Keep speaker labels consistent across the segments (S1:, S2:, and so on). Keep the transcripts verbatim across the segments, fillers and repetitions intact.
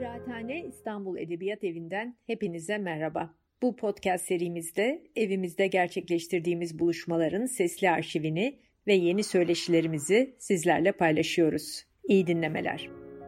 S1: Kıraathane İstanbul Edebiyat Evi'nden hepinize merhaba. Bu podcast serimizde evimizde gerçekleştirdiğimiz buluşmaların sesli arşivini ve yeni söyleşilerimizi sizlerle paylaşıyoruz. İyi dinlemeler.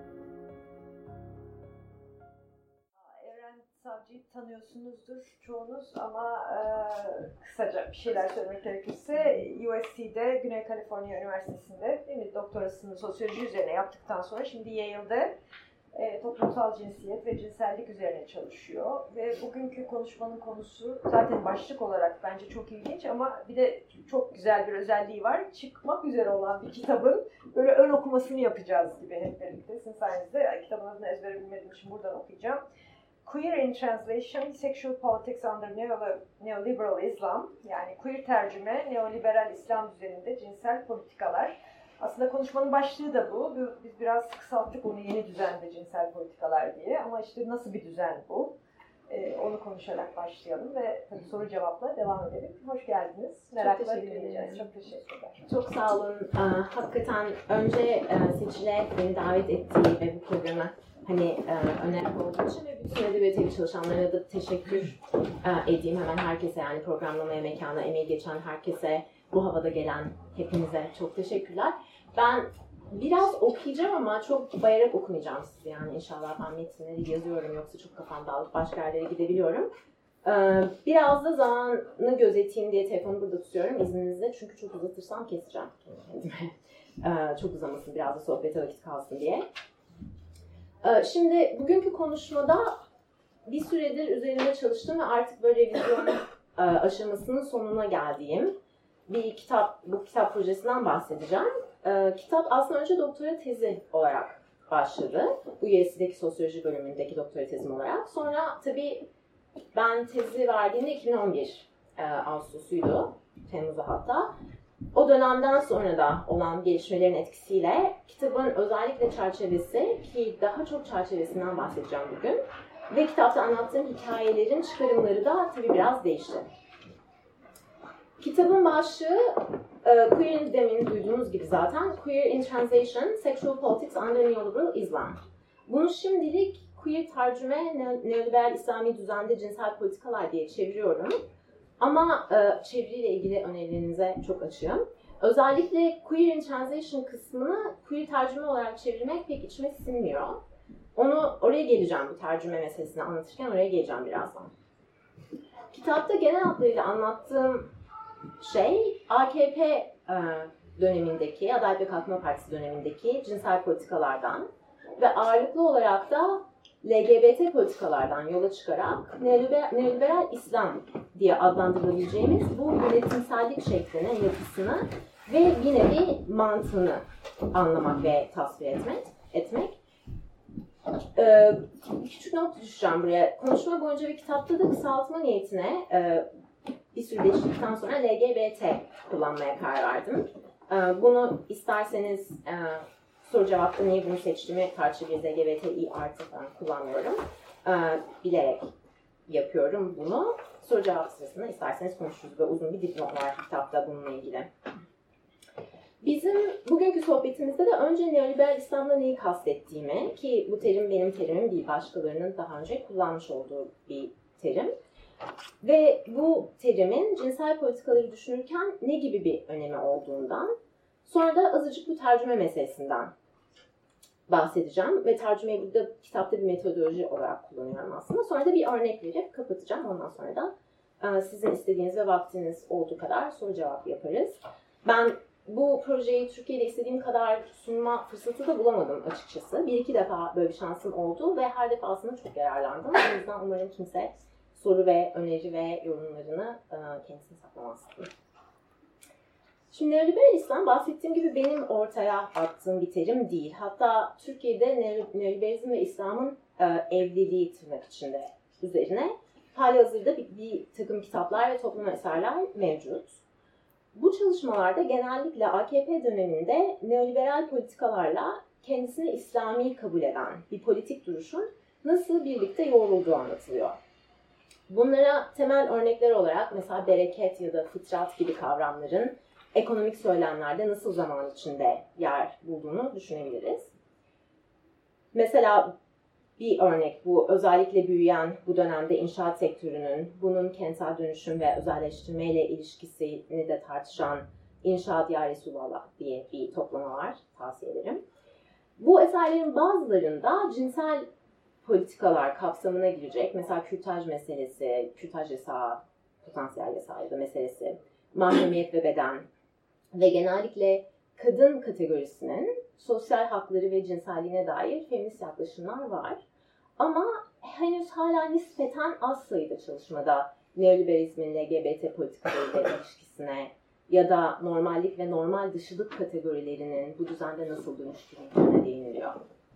S2: Evren Savcı'yı tanıyorsunuzdur çoğunuz ama e, kısaca bir şeyler söylemek gerekirse U S C'de Güney Kaliforniya Üniversitesi'nde değil mi, doktorasını sosyoloji üzerine yaptıktan sonra şimdi Yale'de E, toplumsal cinsiyet ve cinsellik üzerine çalışıyor ve bugünkü konuşmanın konusu zaten başlık olarak bence çok ilginç ama bir de çok güzel bir özelliği var. Çıkmak üzere olan bir kitabın böyle ön okumasını yapacağız gibi hep birlikte. Sizin sayenizde kitabın adını ezbere bilmediğim için buradan okuyacağım. Queer in Translation, Sexual Politics Under Neoliberal Islam, yani queer tercüme, neoliberal İslam üzerinde cinsel politikalar. Aslında konuşmanın başlığı da bu. Biz biraz kısalttık onu, yeni düzende cinsel politikalar diye. Ama işte nasıl bir düzen bu? Ee, onu konuşarak başlayalım ve tabii soru cevapla devam edelim. Hoş geldiniz. Merakla dinleyeceğiz. Çok teşekkürler.
S3: Çok sağ olun. Ee, hakikaten önce e, Seçil'e beni davet ettiği ve bu programı hani e, önemli olduğu için ve bütün edebiyat evi çalışanlarına da teşekkür e, edeyim. Hemen herkese, yani programlamaya, mekana, emeği geçen herkese, bu havada gelen hepinize çok teşekkürler. Ben biraz okuyacağım ama çok bayarak okumayacağım sizi, yani inşallah ben metinleri yazıyorum, yoksa çok kafam dağılıp başka yerlere gidebiliyorum. Ee, biraz da zamanı gözeteyim diye telefonu burada tutuyorum izninizle, çünkü çok uzatırsam keseceğim kendime. Ee, çok uzamasın, biraz da sohbete vakit kalsın diye. Ee, şimdi bugünkü konuşmada bir süredir üzerinde çalıştım ve artık böyle revizyon e, aşamasının sonuna geldiğim bir kitap, bu kitap projesinden bahsedeceğim. Ee, kitap aslında önce doktora tezi olarak başladı. Bu U S C'deki sosyoloji bölümündeki doktora tezim olarak. Sonra tabii ben tezi verdiğimde iki bin on bir e, Ağustos'uydu, Temmuz'da hatta. O dönemden sonra da olan gelişmelerin etkisiyle kitabın özellikle çerçevesi, ki daha çok çerçevesinden bahsedeceğim bugün, ve kitapta anlattığım hikayelerin çıkarımları da tabii biraz değişti. Kitabın başlığı, e, Queer, demin duyduğunuz gibi zaten, Queer in Translation, Sexual Politics Under Neoliberal Islam. Bunu şimdilik queer tercüme, neoliberal İslami düzende cinsel politikalar diye çeviriyorum. Ama e, çeviriyle ilgili önerilerinize çok açığım. Özellikle Queer in Translation kısmını queer tercüme olarak çevirmek pek içime sinmiyor. Onu, oraya geleceğim, bu tercüme meselesini anlatırken oraya geleceğim birazdan. Kitapta genel hatlarıyla anlattığım şey, A K P e, dönemindeki, Adalet ve Kalkınma Partisi dönemindeki cinsel politikalardan ve ağırlıklı olarak da L G B T politikalardan yola çıkarak neoliberal, neoliberal İslam diye adlandırılabileceğimiz bu yönetimsellik şeklini, yapısını ve yine bir mantığını anlamak ve tasvir etmek. etmek. Ee, küçük not düşeceğim buraya. Konuşma boyunca bir kitapta da kısaltma niyetine e, bir süre değiştirdikten sonra L G B T kullanmaya karar verdim. Ee, bunu isterseniz e, soru cevapta niye bunu seçtiğimi tartışabiliriz. L G B T İ artı falan kullanmıyorum. Ee, bilerek yapıyorum bunu. Soru cevap sırasında isterseniz konuşuruz. Ve uzun bir dipnot var kitapta bununla ilgili. Bizim bugünkü sohbetimizde de önce neoliberal İslam'da neyi kastettiğimi, ki bu terim benim terimim değil, başkalarının daha önce kullanmış olduğu bir terim. Ve bu terimin cinsel politikaları düşünürken ne gibi bir önemi olduğundan, sonra da azıcık bu tercüme meselesinden bahsedeceğim. Ve tercümeyi burada kitapta bir metodoloji olarak kullanıyorum aslında. Sonra da bir örnek verip kapatacağım. Ondan sonra da sizin istediğiniz ve vaktiniz olduğu kadar soru cevap yaparız. Ben bu projeyi Türkiye'de istediğim kadar sunma fırsatı da bulamadım açıkçası. Bir iki defa böyle bir şansım oldu ve her defasında çok yararlandım. O yüzden umarım kimse soru ve öneri ve yorumlarını kendisine saklamaz. Şimdi neoliberal İslam, bahsettiğim gibi benim ortaya attığım bir terim değil. Hatta Türkiye'de neoliberalizm ve İslam'ın evliliği tırnak içinde üzerine halihazırda bir, bir takım kitaplar ve toplama eserler mevcut. Bu çalışmalarda genellikle A K P döneminde neoliberal politikalarla kendisini İslami kabul eden bir politik duruşun nasıl birlikte yoğrulduğu anlatılıyor. Bunlara temel örnekler olarak mesela bereket ya da fıtrat gibi kavramların ekonomik söylemlerde nasıl zaman içinde yer bulduğunu düşünebiliriz. Mesela bir örnek bu özellikle büyüyen bu dönemde inşaat sektörünün bunun kentsel dönüşüm ve özelleştirmeyle ilişkisini de tartışan İnşaat Ya Resulallah diye bir toplama var, tavsiye ederim. Bu eserlerin bazılarında cinsel politikalar kapsamına girecek. Mesela kürtaj meselesi, kürtaj yasağı, potansiyel yasağı ya da meselesi, mahremiyet ve beden ve genellikle kadın kategorisinin sosyal hakları ve cinselliğine dair feminist yaklaşımlar var. Ama henüz hala nispeten az sayıda çalışmada neoliberalizmin L G B T politikalarıyla ilişkisine ya da normallik ve normal dışılık kategorilerinin bu düzende nasıl dönüştürüldüğüne değiniliyor.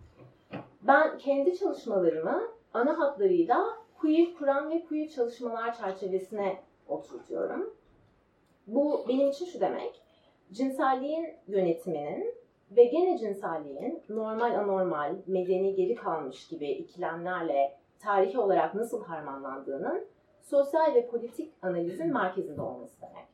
S3: Ben kendi çalışmalarımı ana hatlarıyla queer kuram ve queer çalışmalar çerçevesine oturtuyorum. Bu benim için şu demek, cinselliğin yönetiminin ve gene cinselliğin normal anormal, medeni geri kalmış gibi ikilemlerle tarihi olarak nasıl harmanlandığının sosyal ve politik analizin merkezinde olması demek.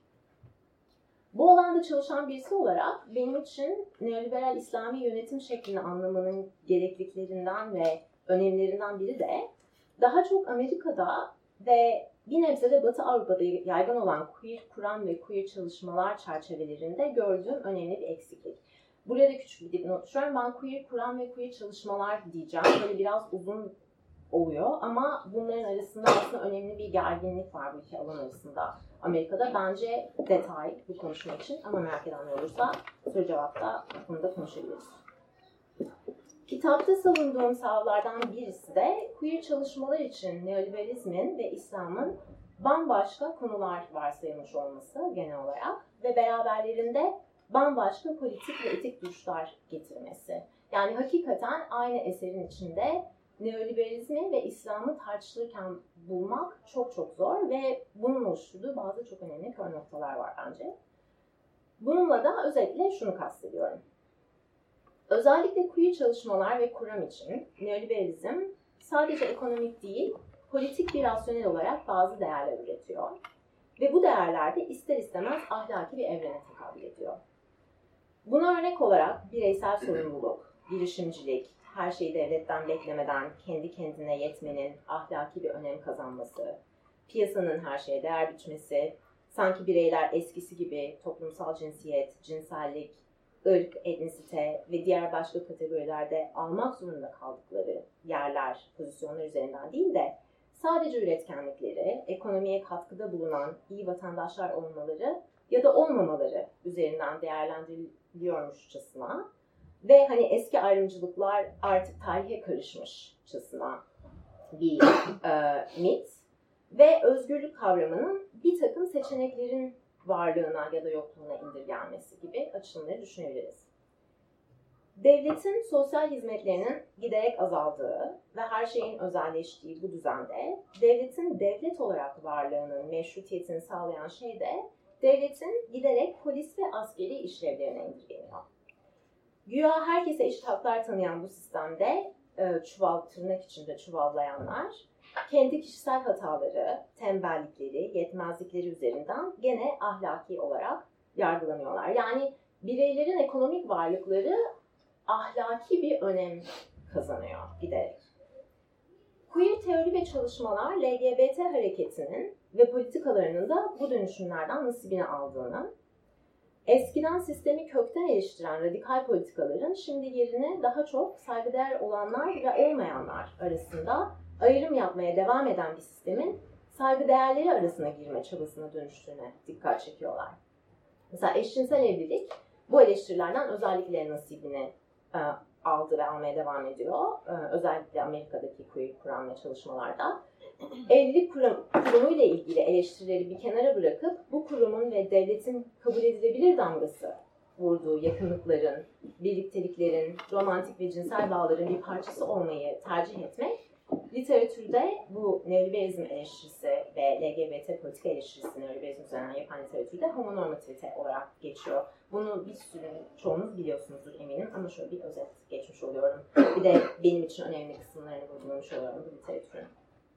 S3: Bu alanda çalışan birisi olarak benim için neoliberal İslami yönetim şeklini anlamanın gerekliliklerinden ve önemlerinden biri de daha çok Amerika'da ve bir nebze de Batı Avrupa'da yaygın olan queer kuram ve queer çalışmalar çerçevelerinde gördüğüm önemli bir eksiklik. Buraya da küçük bir dipnot düşüyorum. Ben queer kuram ve queer çalışmalar diyeceğim. Böyle biraz uzun oluyor ama bunların arasında aslında önemli bir gerginlik var bu iki alan arasında. Amerika'da bence detay bu konuşma için ama merak edenler olursa soru cevapta bu konuda konuşabiliriz. Kitapta savunduğum savlardan birisi de queer çalışmalar için neoliberalizmin ve İslam'ın bambaşka konular varsayılmış olması genel olarak ve beraberlerinde bambaşka politik ve etik duruşlar getirmesi. Yani hakikaten aynı eserin içinde neoliberalizmi ve İslam'ı tartışılırken bulmak çok çok zor ve bunun oluşturduğu bazı çok önemli kör noktalar var bence. Bununla da özellikle şunu kastediyorum. Özellikle queer çalışmalar ve kuram için neoliberalizm sadece ekonomik değil, politik bir rasyonel olarak bazı değerler üretiyor. Ve bu değerler de ister istemez ahlaki bir evrene tekabül ediyor. Buna örnek olarak bireysel sorumluluk, girişimcilik, her şeyi devletten beklemeden kendi kendine yetmenin ahlaki bir önem kazanması, piyasanın her şeye değer biçmesi, sanki bireyler eskisi gibi toplumsal cinsiyet, cinsellik, ırk, etnisite ve diğer başka kategorilerde almak zorunda kaldıkları yerler, pozisyonlar üzerinden değil de sadece üretkenlikleri, ekonomiye katkıda bulunan iyi vatandaşlar olmaları ya da olmamaları üzerinden değerlendiriliyormuşçasına ve hani eski ayrımcılıklar artık tarihe karışmışçasına bir e, mit ve özgürlük kavramının bir takım seçeneklerin varlığına ya da yokluğuna indirgenmesi gibi açılımları düşünebiliriz. Devletin sosyal hizmetlerinin giderek azaldığı ve her şeyin özelleştiği bu düzende devletin devlet olarak varlığının meşrutiyetini sağlayan şey de devletin giderek polis ve askeri işlevlerine indirgeniyor. Güya herkese eşit haklar tanıyan bu sistemde çuval, tırnak içinde çuvallayanlar kendi kişisel hataları, tembellikleri, yetmezlikleri üzerinden gene ahlaki olarak yargılanıyorlar. Yani bireylerin ekonomik varlıkları ahlaki bir önem kazanıyor giderek. Queer teori ve çalışmalar L G B T hareketinin ve politikalarının da bu dönüşümlerden nasibini aldığını, eskiden sistemi kökten eleştiren radikal politikaların şimdi yerine daha çok saygıdeğer olanlar ve olmayanlar arasında ayrım yapmaya devam eden bir sistemin saygıdeğerleri arasına girme çabasına dönüştüğüne dikkat çekiyorlar. Mesela eşcinsel evlilik bu eleştirilerden özellikle nasibini e, aldı ve almaya devam ediyor. E, özellikle Amerika'daki queer kuram ve çalışmalarda. Evlilik kurum, kurumuyla ilgili eleştirileri bir kenara bırakıp bu kurumun ve devletin kabul edilebilir damgası vurduğu yakınlıkların, birlikteliklerin, romantik ve cinsel bağların bir parçası olmayı tercih etmek, literatürde bu neoliberalizm eleştirisi ve L G B T politika eleştirisi neoliberalizm üzerinden yapan literatürde homonormativite olarak geçiyor. Bunu bir sürü çoğunuz biliyorsunuzdur eminim ama şöyle bir özet geçmiş oluyorum. Bir de benim için önemli kısımlarını vurgulamış oluyorum bu literatürün.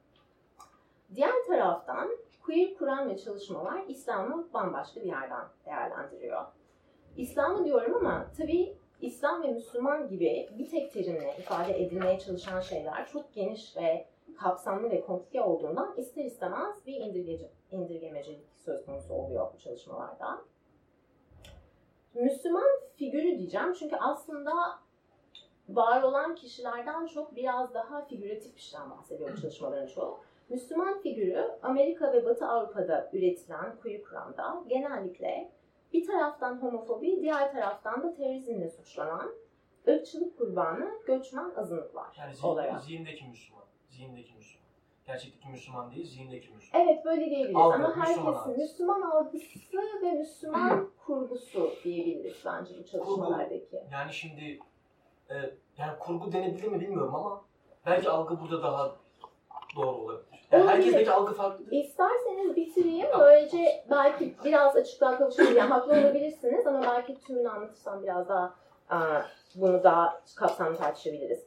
S3: Diğer taraftan queer kuram ve çalışmalar İslam'ı bambaşka bir yerden değerlendiriyor. İslam'ı diyorum ama tabii İslam ve Müslüman gibi bir tek terimle ifade edilmeye çalışan şeyler çok geniş ve kapsamlı ve komplike olduğundan ister istemez bir indirgece, indirgemecilik söz konusu oluyor bu çalışmalarda. Müslüman figürü diyeceğim çünkü aslında var olan kişilerden çok biraz daha figüratif bir şeyden bahsediyor bu çalışmaların çoğu. Müslüman figürü Amerika ve Batı Avrupa'da üretilen queer kuramda genellikle bir taraftan homofobi, diğer taraftan da terörizmle suçlanan ırkçılık kurbanı göçmen azınlıklar
S4: yani zihin,
S3: olarak.
S4: Zihindeki Müslüman, zihindeki Müslüman. Gerçekteki Müslüman değil, zihindeki Müslüman.
S3: Evet, böyle diyebiliriz.
S4: Algı,
S3: ama herkesin
S4: Müslüman,
S3: Müslüman algısı ve Müslüman kurgusu diyebiliriz bence bu çalışmalardaki.
S4: Kurgu, yani şimdi e, yani kurgu denebilir mi bilmiyorum ama belki algı burada daha doğru olabilir. Yani herkesteki algı farklı.
S3: İsterseniz bitireyim. Böylece belki biraz açıklığa kavuşabilir. Yani haklı olabilirsiniz ama belki tümünü anlatırsam biraz daha bunu daha kapsamlı tartışabiliriz.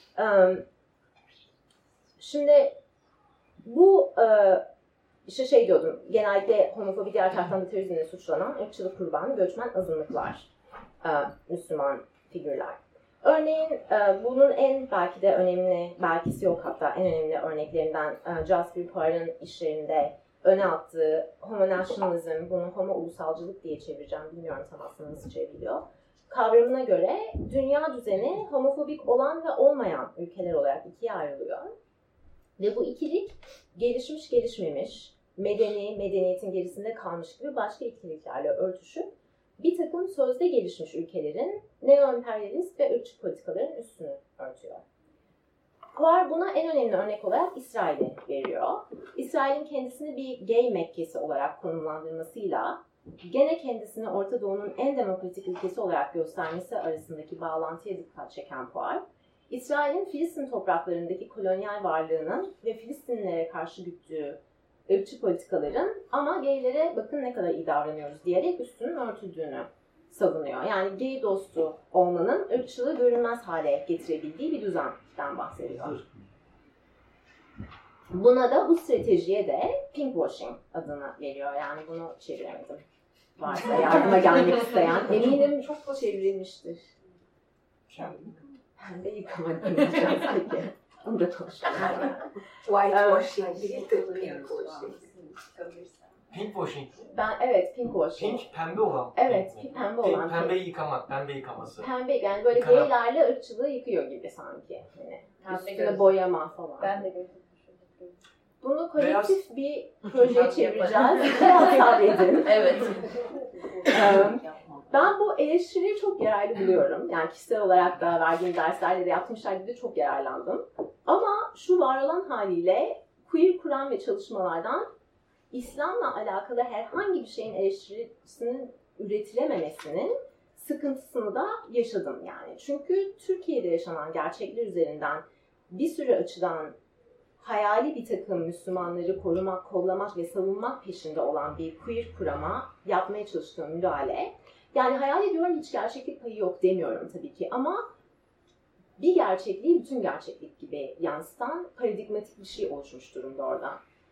S3: Şimdi bu işte şey diyordum. Genelde homofobi, diğer taraftan da terörizmle suçlanan ırkçılık kurbanı göçmen azınlıklar, Müslüman figürler. Örneğin bunun en belki de önemli, belkisi yok hatta en önemli örneklerinden Jasper Parr'ın işlerinde öne attığı homo nationalism, bunu homo ulusalcılık diye çevireceğim, bilmiyorum tam aslında nasıl çevriliyor. Kavramına göre dünya düzeni homofobik olan ve olmayan ülkeler olarak ikiye ayrılıyor. Ve bu ikilik gelişmiş gelişmemiş, medeni, medeniyetin gerisinde kalmış gibi başka ikiliklerle örtüşüp bir takım sözde gelişmiş ülkelerin neo-emperyalist ve ırkçı politikaların üstünü örtüyor. Poir buna en önemli örnek olarak İsrail'i veriyor. İsrail'in kendisini bir gay Mekke'si olarak konumlandırmasıyla gene kendisini Orta Doğu'nun en demokratik ülkesi olarak göstermesi arasındaki bağlantıya dikkat çeken Poir, İsrail'in Filistin topraklarındaki kolonyal varlığının ve Filistinlilere karşı güttüğü ırkçı politikaların ama gaylere bakın ne kadar iyi davranıyoruz diyerek üstünün örtüldüğünü savunuyor. Yani gay dostu olmanın ırkçılığı görünmez hale getirebildiği bir düzenden bahsediyor. Buna da bu stratejiye de pinkwashing adını veriyor. Yani bunu çeviremedim. Varsa yardıma gelmek isteyen eminim çok çevrilmiştir. Pembe yıkama diyeceğiz peki. Onu da konuşalım.
S5: Whitewashing değil de pinkwashing.
S4: Pinkwashing.
S3: Ben evet pinkwashing.
S4: Pink pembe olan.
S3: Evet,
S4: pink
S3: pembe olan.
S4: Pembe yıkamak, pembe yıkaması.
S3: Pembe yani böyle
S4: Yıkamak.
S3: gaylerle ırkçılığı yıkıyor gibi sanki. Hani üstüne
S2: gördüm.
S3: boyama falan.
S2: Ben de gördüm.
S3: Bunu kolektif
S4: Beyaz-
S3: bir projeye çevireceğiz. Biraz sabredin.
S5: Evet.
S3: Ee, Ben bu eleştiriyi çok yararlı buluyorum. Yani kişisel olarak da verdiğim derslerde de yaptığım işlerde de çok yararlandım. Ama şu var olan haliyle queer kuram ve çalışmalardan İslam'la alakalı herhangi bir şeyin eleştirisinin üretilememesinin sıkıntısını da yaşadım yani. Çünkü Türkiye'de yaşanan gerçekler üzerinden bir sürü açıdan hayali bir takım Müslümanları korumak, kollamak ve savunmak peşinde olan bir queer kurama yapmaya çalıştığım müdahale. Yani hayal ediyorum hiç gerçeklik payı yok demiyorum tabii ki ama bir gerçekliği bütün gerçeklik gibi yansıtan paradigmatik bir şey oluşmuş durumda orada.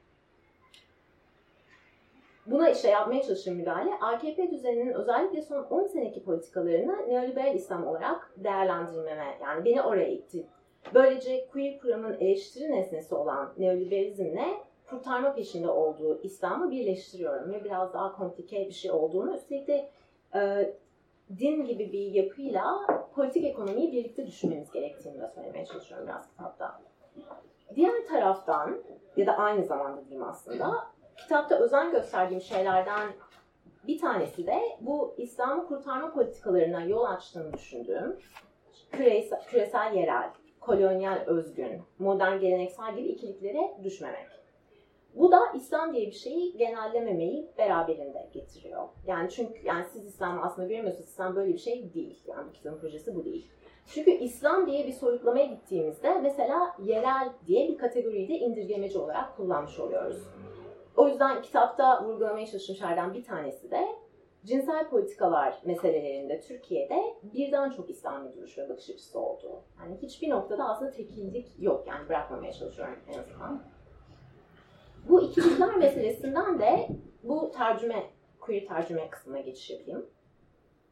S3: Buna işte yapmaya çalıştığım müdahale, A K P düzeninin özellikle son on seneki politikalarını neoliberal İslam olarak değerlendirmeme, yani beni oraya itti. Böylece queer kuramın eleştiri nesnesi olan neoliberalizmle kurtarma peşinde olduğu İslam'ı birleştiriyorum ve biraz daha komplike bir şey olduğunu, üstelik de e, din gibi bir yapıyla politik ekonomiyi birlikte düşünmemiz gerektiğini de söylemeye çalışıyorum biraz kitapta. Diğer taraftan, ya da aynı zamanda diyeyim aslında, kitapta özen gösterdiğim şeylerden bir tanesi de bu İslam'ı kurtarma politikalarına yol açtığını düşündüğüm küresel, küresel yerel, kolonyal özgün, modern geleneksel gibi ikiliklere düşmemek. Bu da İslam diye bir şeyi genellememeyi beraberinde getiriyor. Yani çünkü yani siz İslam'ı aslında görmüyorsunuz, İslam böyle bir şey değil. Yani bu kitabın projesi bu değil. Çünkü İslam diye bir soyutlamaya gittiğimizde mesela yerel diye bir kategoriyi de indirgemeci olarak kullanmış oluyoruz. O yüzden kitapta vurgulamaya çalıştığım şeylerden bir tanesi de cinsel politikalar meselelerinde Türkiye'de birden çok İslami duruş ve bakış açısı oldu. Yani hiçbir noktada aslında tekillik yok. Yani bırakmamaya çalışıyorum en azından. Bu ikilikler meselesinden de bu tercüme, queer tercüme kısmına geçiş yapayım.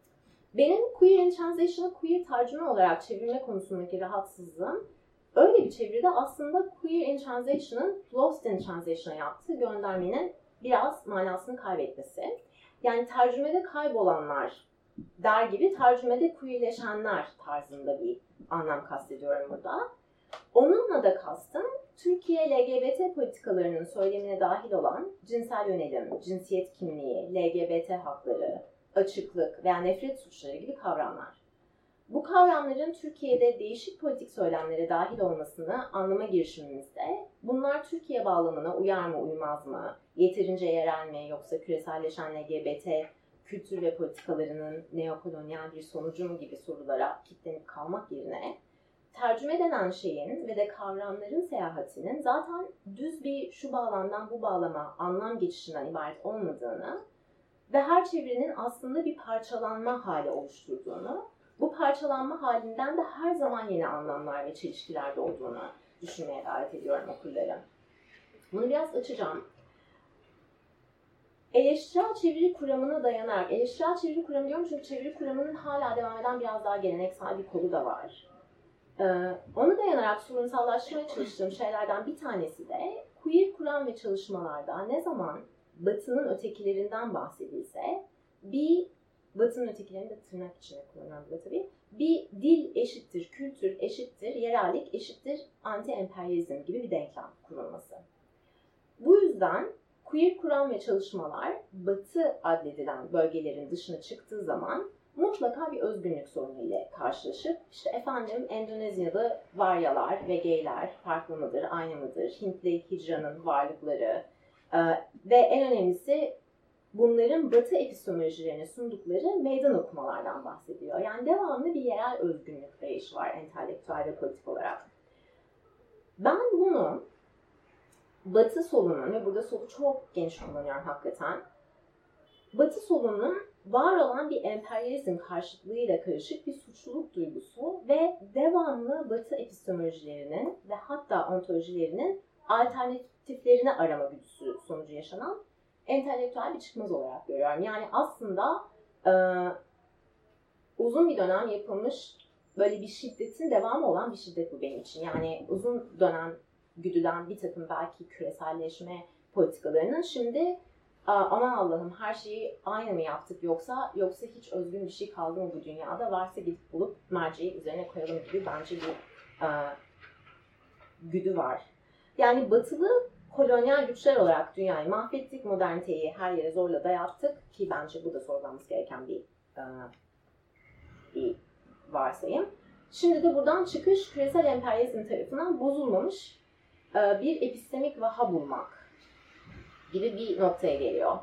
S3: Benim queer in translation'ı queer tercüme olarak çevirme konusundaki rahatsızlığım, öyle bir çeviride aslında queer in translation'ın lost in translation'a yaptığı göndermenin biraz manasını kaybetmesi. Yani tercümede kaybolanlar der gibi tercümede queerleşenler tarzında bir anlam kastediyorum burada. Onunla da kastım Türkiye L G B T politikalarının söylemine dahil olan cinsel yönelim, cinsiyet kimliği, L G B T hakları, açıklık veya nefret suçları gibi kavramlar. Bu kavramların Türkiye'de değişik politik söylemlere dahil olmasını anlama girişimimizde bunlar Türkiye bağlamına uyar mı uymaz mı, yeterince yerel mi yoksa küreselleşen L G B T kültür ve politikalarının neokolonyal bir sonucu mu gibi sorulara kilitlenip kalmak yerine tercüme denen şeyin ve de kavramların seyahatinin zaten düz bir şu bağlamdan bu bağlama anlam geçişinden ibaret olmadığını ve her çevirinin aslında bir parçalanma hali oluşturduğunu, bu parçalanma halinden de her zaman yeni anlamlar ve çelişkiler doğduğunu düşünmeye davet ediyorum okurları. Bunu biraz açacağım. Eleştirel çeviri kuramına dayanarak, eleştirel çeviri kuramı diyorum çünkü çeviri kuramının hala devam eden biraz daha geleneksel bir kolu da var. Ee, onu dayanarak sorunsallaştırmaya çalıştığım şeylerden bir tanesi de queer kuram ve çalışmalarda ne zaman Batı'nın ötekilerinden bahsedilse bir, Batı'nın ötekilerini de tırnak içinde kullanıyorum burada tabii, bir dil eşittir, kültür eşittir, yerellik eşittir, anti-emperyalizm gibi bir denklem kurulması. Bu yüzden queer kuram ve çalışmalar Batı adledilen bölgelerin dışına çıktığı zaman mutlaka bir özgünlük sorunu ile karşılaşıp işte efendim Endonezyalı varyalar ve geyler farklı mıdır, aynı mıdır, Hintli hicranın varlıkları e, ve en önemlisi bunların Batı epistemolojilerine sundukları meydan okumalardan bahsediyor. Yani devamlı bir yerel özgünlük arayışı var entelektüel ve politik olarak. Ben bunu Batı solunun ve burada solu çok geniş kullanıyorum hakikaten. Batı solunun var olan bir emperyalizm karşıtlığıyla karışık bir suçluluk duygusu ve devamlı Batı epistemolojilerinin ve hatta ontolojilerinin alternatiflerini arama güdüsü sonucu yaşanan entelektüel bir çıkmaz olarak görüyorum. Yani aslında e, uzun bir dönem yapılmış böyle bir şiddetin devamı olan bir şiddet bu benim için. Yani uzun dönem güdülen bir takım belki küreselleşme politikalarının şimdi aman Allah'ım her şeyi aynı mı yaptık yoksa yoksa hiç özgün bir şey kaldı mı bu dünyada, varsa gidip bulup merceği üzerine koyalım gibi bence bir e, güdü var. Yani batılı kolonyal güçler olarak dünyayı mahvettik, moderniteyi her yere zorla dayattık ki bence bu da sorgulanması gereken bir, e, bir varsayım. Şimdi de buradan çıkış küresel emperyalizm tarafından bozulmamış e, bir epistemik vaha bulmak gibi bir noktaya geliyor.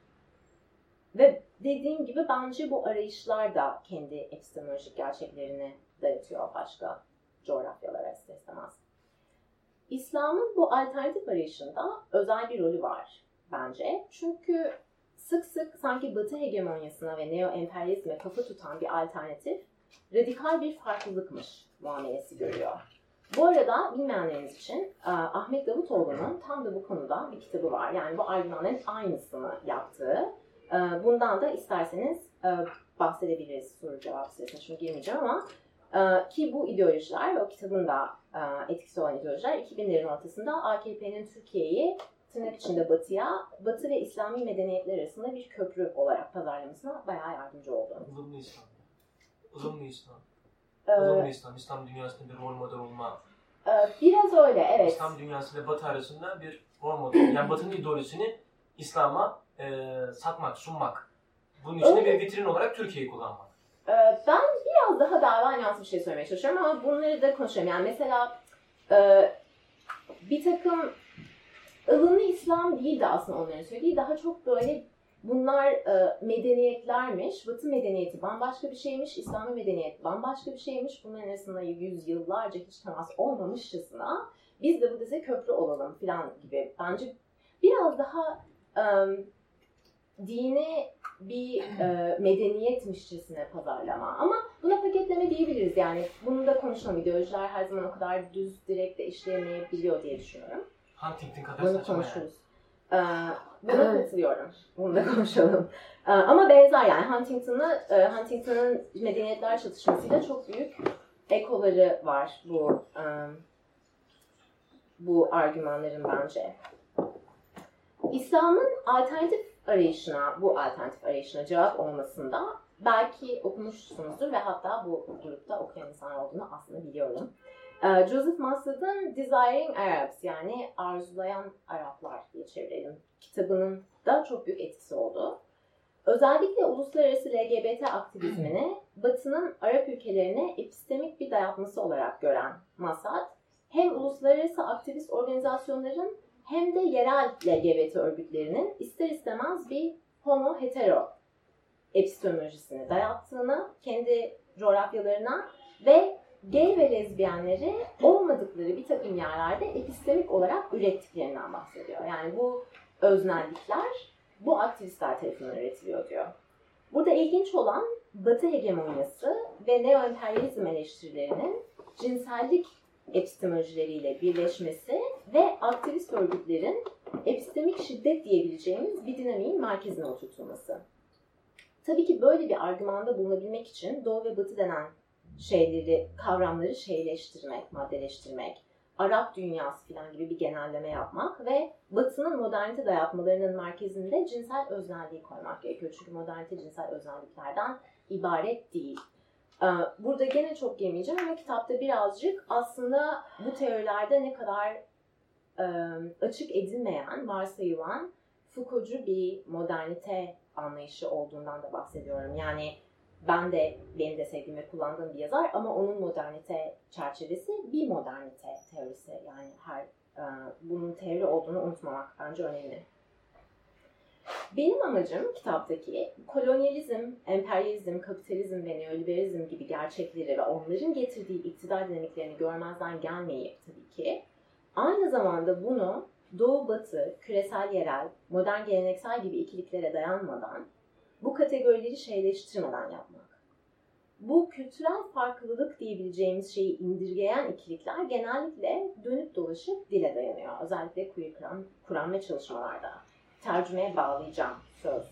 S3: Ve dediğim gibi bence bu arayışlar da kendi epistemolojik gerçeklerini dayatıyor başka coğrafyalara ister istemez. İslam'ın bu alternatif arayışında özel bir rolü var bence. Çünkü sık sık sanki Batı hegemonyasına ve neo-emperyalizme kafa tutan bir alternatif, radikal bir farklılıkmış muamelesi görüyor. Bu arada bilmeyenleriniz için Ahmet Davutoğlu'nun tam da bu konuda bir kitabı var. Yani bu argümanların aynısını yaptığı. Bundan da isterseniz bahsedebiliriz soru cevap süresine. Şimdi girmeyeceğim ama ki bu ideolojiler ve o kitabın da etkisi olan ideolojiler iki binlerin ortasında A K P'nin Türkiye'yi tırnak içinde Batı'ya, Batı ve İslami medeniyetler arasında bir köprü olarak pazarlamasına bayağı yardımcı oldu.
S4: Ilımlı İslam. Ilımlı İslam. Ilımlı İslam. İslam dünyasında bir rol model olma.
S3: Biraz öyle, evet.
S4: İslam dünyası ve Batı arasında bir rol model. Yani Batı'nın ideolojisini İslam'a e, satmak, sunmak. Bunun için de bir vitrin olarak Türkiye'yi kullanmak.
S3: Ben biraz daha dava nüansı bir şey söylemeye çalışıyorum ama bunları da konuşalım. Yani mesela e, bir takım ılımlı İslam değil de aslında onların söylediği, daha çok böyle bunlar e, medeniyetlermiş, Batı medeniyeti bambaşka bir şeymiş, İslami medeniyet bambaşka bir şeymiş, bunların arasında yüzyıllarca hiç temas olmamışçasına biz de bu dize köprü olalım falan gibi. Bence biraz daha e, dini bir e, medeniyetmişçesine pazarlama. Ama buna paketleme diyebiliriz yani. Bunu da konuşalım. İdeolojiler her zaman o kadar düz, direkt de işleyemeyebiliyor diye düşünüyorum.
S4: Huntington kadar
S3: bunu
S4: saçma
S3: konuşuruz.
S4: yani.
S3: Ee, buna katılıyorum. Bunu da konuşalım. Ee, ama benzer yani Huntington'ı, e, Huntington'ın medeniyetler çatışmasıyla çok büyük ekoları var bu e, bu argümanların bence. İslam'ın alternatif arayışına, bu alternatif arayışına cevap olmasında belki okumuşsunuzdur ve hatta bu grupta okuyan insan olduğunu aslında biliyorum. Ee, Joseph Massad'ın Desiring Arabs yani Arzulayan Araplar diye çevirelim kitabının da çok büyük etkisi oldu. Özellikle uluslararası L G B T aktivizmini Batı'nın Arap ülkelerine epistemik bir dayatması olarak gören Massad, hem uluslararası aktivist organizasyonların hem de yerel L G B T örgütlerinin ister istemez bir homo hetero epistemolojisini dayattığını kendi coğrafyalarına ve gay ve lezbiyenleri olmadıkları bir takım yerlerde epistemik olarak ürettiklerinden bahsediyor. Yani bu öznellikler bu aktivistler tarafından üretiliyor diyor. Burada ilginç olan Batı hegemonyası ve neo-emperyalizm eleştirilerinin cinsellik epistemolojileriyle birleşmesi ve aktivist örgütlerin epistemik şiddet diyebileceğimiz bir dinamiğin merkezine oturtulması. Tabii ki böyle bir argümanda bulunabilmek için Doğu ve Batı denen şeyleri, kavramları şeyleştirmek, maddeleştirmek, Arap dünyası falan gibi bir genelleme yapmak ve Batı'nın modernite dayatmalarının merkezinde cinsel öznelliği koymak gerekiyor. Çünkü modernite cinsel öznelliklerden ibaret değil. Burada gene çok girmeyeceğim ama kitapta birazcık aslında bu teorilerde ne kadar açık edilmeyen, varsayılan Foucault'cu bir modernite anlayışı olduğundan da bahsediyorum. Yani ben de, benim de sevdiğim ve kullandığım bir yazar ama onun modernite çerçevesi bir modernite teorisi. Yani her bunun teori olduğunu unutmamak bence önemli. Benim amacım kitaptaki kolonyalizm, emperyalizm, kapitalizm ve neoliberalizm gibi gerçekleri ve onların getirdiği iktidar dinamiklerini görmezden gelmeyip tabii ki aynı zamanda bunu Doğu-Batı, küresel yerel, modern geleneksel gibi ikiliklere dayanmadan bu kategorileri şeyleştirmeden yapmak. Bu kültürel farklılık diyebileceğimiz şeyi indirgeyen ikilikler genellikle dönüp dolaşıp dile dayanıyor. Özellikle queer kuram, kuram ve çalışmalarda. Tercümeye bağlayacağım söz.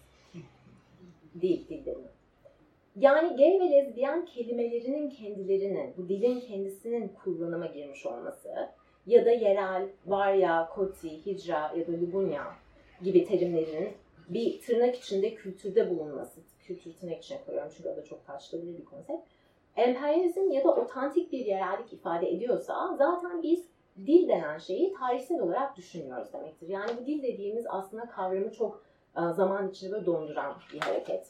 S3: Dil, dil dedim. Yani gay ve lezbiyen kelimelerinin kendilerinin, bu dilin kendisinin kullanıma girmiş olması ya da yerel, varya, koti, hicra ya da lubunya gibi terimlerin bir tırnak içinde kültürde bulunması, kültür tırnak içine koyuyorum çünkü o da çok karşılanabilir bir konsept. Emperyalizm ya da otantik bir yerellik ifade ediyorsa zaten biz dil denen şeyi tarihsel olarak düşünmüyoruz demektir. Yani bu dil dediğimiz aslında kavramı çok zaman içinde böyle donduran bir hareket.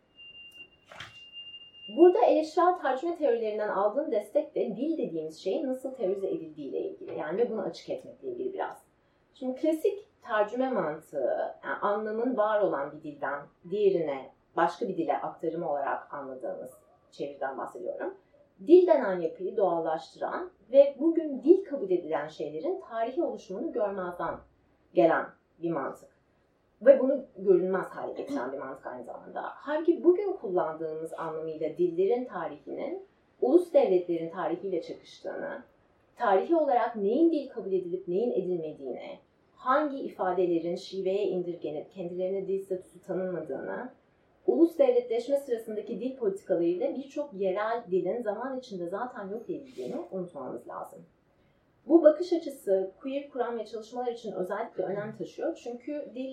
S3: Burada eleştirel tercüme teorilerinden aldığım destek de dil dediğimiz şeyin nasıl teorize edildiğiyle ilgili. Yani ve bunu açık etmekle ilgili biraz. Şimdi klasik tercüme mantığı, yani anlamın var olan bir dilden diğerine başka bir dile aktarımı olarak anladığımız çeviriden bahsediyorum. Dil denen yapıyı doğallaştıran ve bugün dil kabul edilen şeylerin tarihi oluşumunu görmezden gelen bir mantık. Ve bunu görünmez hale getiren bir mantık aynı zamanda. Halbuki bugün kullandığımız anlamıyla dillerin tarihinin ulus devletlerin tarihiyle çakıştığını, tarihi olarak neyin dil kabul edilip neyin edilmediğini, hangi ifadelerin şiveye indirgenip kendilerine dil statüsü tanınmadığını, ulus devletleşme sırasındaki dil politikalarıyla birçok yerel dilin zaman içinde zaten yok edildiğini unutmamız lazım. Bu bakış açısı queer kuram ve çalışmalar için özellikle önem taşıyor. Çünkü dil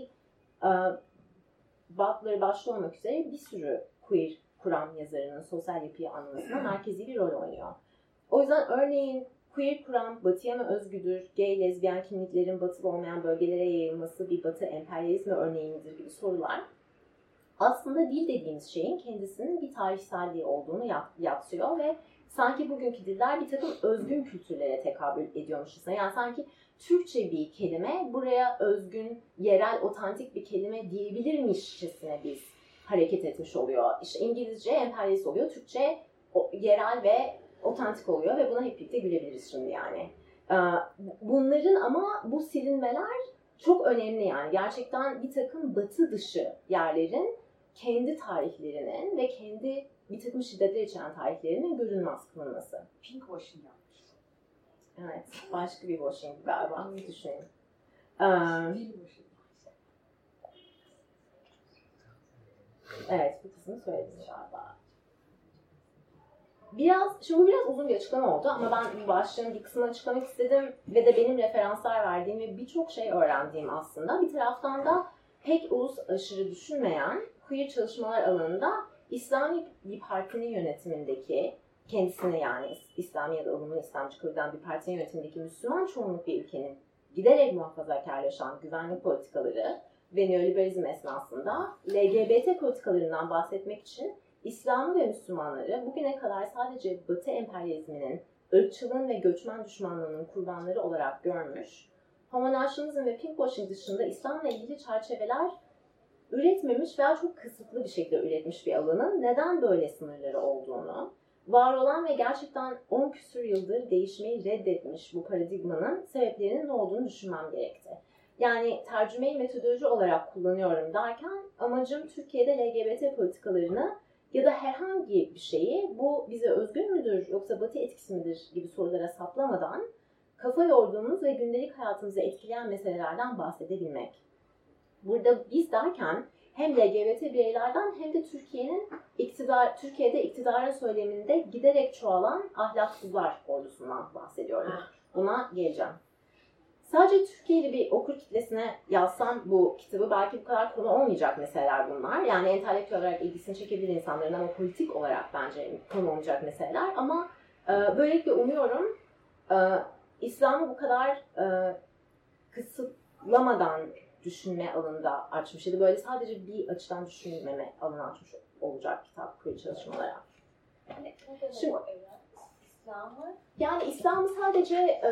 S3: Butler başta olmak üzere bir sürü queer kuram yazarının sosyal yapıyı anlamasına merkezi bir rol oynuyor. O yüzden örneğin queer kuram batıya mı özgüdür, gay, lezbiyen kimliklerin batılı olmayan bölgelere yayılması bir batı emperyalizmi örneği midir gibi sorular aslında dil dediğimiz şeyin kendisinin bir tarihselliği olduğunu yatsıyor ve sanki bugünkü diller bir takım özgün kültürlere tekabül ediyormuşuz. Yani sanki Türkçe bir kelime buraya özgün, yerel, otantik bir kelime diyebilirmişçesine biz hareket etmiş oluyor. İşte İngilizce emperyalist oluyor, Türkçe yerel ve otantik oluyor ve buna hep birlikte gülebiliriz şimdi yani. Bunların ama bu silinmeler çok önemli yani. Gerçekten bir takım batı dışı yerlerin kendi tarihlerinin ve kendi bir takım şiddetler içeren tarihlerinin görünmez kılınması.
S5: Pink washing yapmış.
S3: Evet, başka bir washing galiba. Düşünün. Evet, bu kısmını söylediniz galiba. Biraz, şimdi bu biraz uzun bir açıklama oldu ama ben bu başlığın bir kısmını açıklamak istedim ve de benim referanslar verdiğim ve birçok şey öğrendiğim aslında. Bir taraftan da pek ulus aşırı düşünmeyen queer çalışmalar alanında İslami bir partinin yönetimindeki, kendisine yani İslami ya da ılımlı İslamcı kabul eden bir partinin yönetimindeki Müslüman çoğunluk bir ülkenin giderek muhafazakarlaşan güvenlik politikaları ve neoliberalizm esnasında L G B T politikalarından bahsetmek için İslam'ı ve Müslümanları bugüne kadar sadece Batı emperyalizminin, ırkçılığın ve göçmen düşmanlığının kurbanları olarak görmüş, homonasyonizm ve pinkwashing dışında İslam'la ilgili çerçeveler üretmemiş veya çok kısıtlı bir şekilde üretmiş bir alanın neden böyle sınırları olduğunu, var olan ve gerçekten on küsur yıldır değişmeyi reddetmiş bu paradigmanın sebeplerinin ne olduğunu düşünmem gerekti. Yani tercümeyi metodoloji olarak kullanıyorum derken amacım Türkiye'de L G B T politikalarını ya da herhangi bir şeyi bu bize özgün müdür yoksa Batı etkisi midir gibi sorulara saplamadan kafa yorduğumuz ve gündelik hayatımızı etkileyen meselelerden bahsedebilmek. Burada biz derken hem L G B T bireylerden hem de Türkiye'nin iktidar, Türkiye'de iktidarın söyleminde giderek çoğalan ahlaksızlar ordusundan bahsediyorum. Buna geleceğim. Sadece Türkiye'li bir okur kitlesine yazsam bu kitabı belki bu kadar konu olmayacak meseleler bunlar. Yani entelektüel olarak ilgisini çekebilir insanların ama politik olarak bence konu olmayacak meseleler. Ama e, böylelikle umuyorum e, İslam'ı bu kadar e, kısıtlamadan düşünme alanında açmış ya da böyle sadece bir açıdan düşünmeme alanı açmış olacak kitap queer çalışmalara.
S6: Ne demek
S3: Şimdi,
S6: o evren? İslam'ı?
S3: Yani İslam'ı sadece e,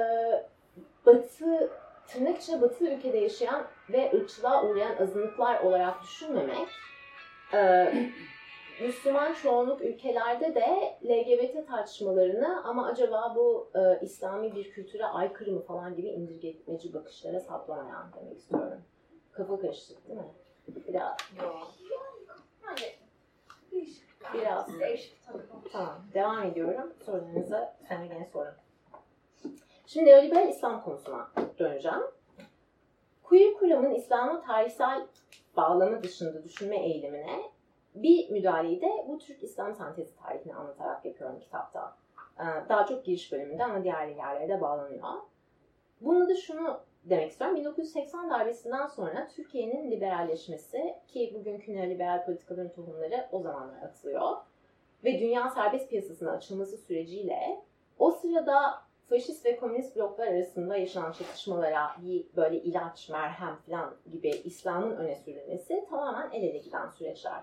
S3: Batı, tırnak içinde Batı ülkede yaşayan ve ırkçılığa uğrayan azınlıklar olarak düşünmemek, e, Müslüman çoğunluk ülkelerde de L G B T tartışmalarını ama acaba bu e, İslami bir kültüre aykırı mı falan gibi indirgemeci bakışlara saplamayan demek istiyorum. Kafa karıştık değil mi? Biraz.
S6: Yok. Yani değişik.
S3: Biraz.
S6: Değişik tabii.
S3: Tamam, devam ediyorum. Sorularınıza sonra yine sorun. Şimdi neoliberal İslam konusuna döneceğim. Queer kuramın İslam'a tarihsel bağlamı dışında düşünme eğilimine bir müdahaleyi de bu Türk İslam sentezi tarihini anlatarak yapıyorum kitapta. Daha çok giriş bölümünde ama diğer yerlere de bağlanıyor. Bununla da şunu demek istiyorum. bin dokuz yüz seksen darbesinden sonra Türkiye'nin liberalleşmesi ki bugünkü neoliberal politikaların tohumları o zamanlar atılıyor ve dünya serbest piyasasına açılması süreciyle o sırada faşist ve komünist bloklar arasında yaşanan çatışmalara bir böyle ilaç, merhem falan gibi İslam'ın öne sürülmesi tamamen el ele giden süreçler.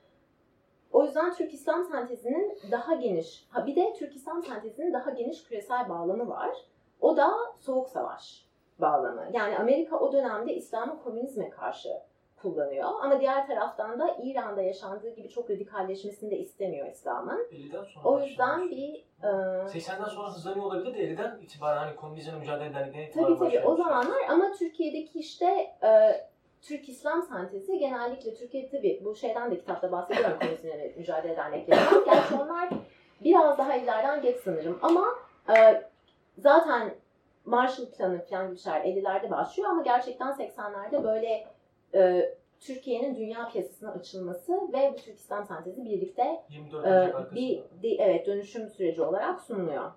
S3: O yüzden Türk İslam sentezinin daha geniş, ha bir de Türk İslam sentezinin daha geniş küresel bağlamı var. O da Soğuk Savaş bağlamı. Yani Amerika o dönemde İslam'ı komünizme karşı kullanıyor. Ama diğer taraftan da İran'da yaşandığı gibi çok radikalleşmesini de istemiyor İslam'ın. O yüzden bir... E,
S4: seksenden sonra hızlanıyor olabilir de elliden itibaren hani komünizmle mücadele ederken itibaren
S3: tabii tabii o zamanlar ama Türkiye'deki işte e, Türk İslam sentezi genellikle Türkiye tabii bu şeyden de kitapta bahsediyorum komünizmle mücadele dernekleri. Gerçi onlar biraz daha ileriden geç sanırım ama e, zaten Marshall Planı falan gibi şeyler ellilerde başlıyor ama gerçekten seksenlerde böyle e, Türkiye'nin dünya piyasasına açılması ve bu Türk İslam sentezi birlikte e, bir de, evet dönüşüm süreci olarak sunuluyor.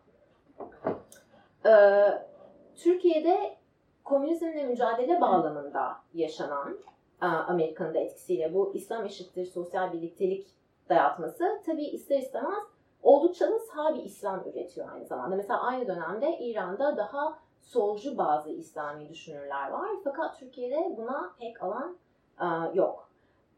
S3: E, Türkiye'de komünizmle mücadele bağlamında yaşanan e, Amerika'nın da etkisiyle bu İslam eşittir sosyal birliktelik dayatması tabii ister istemez oldukça da sağ bir İslam üretiyor aynı zamanda. Mesela aynı dönemde İran'da daha solcu bazı İslami düşünürler var. Fakat Türkiye'de buna pek alan uh, yok.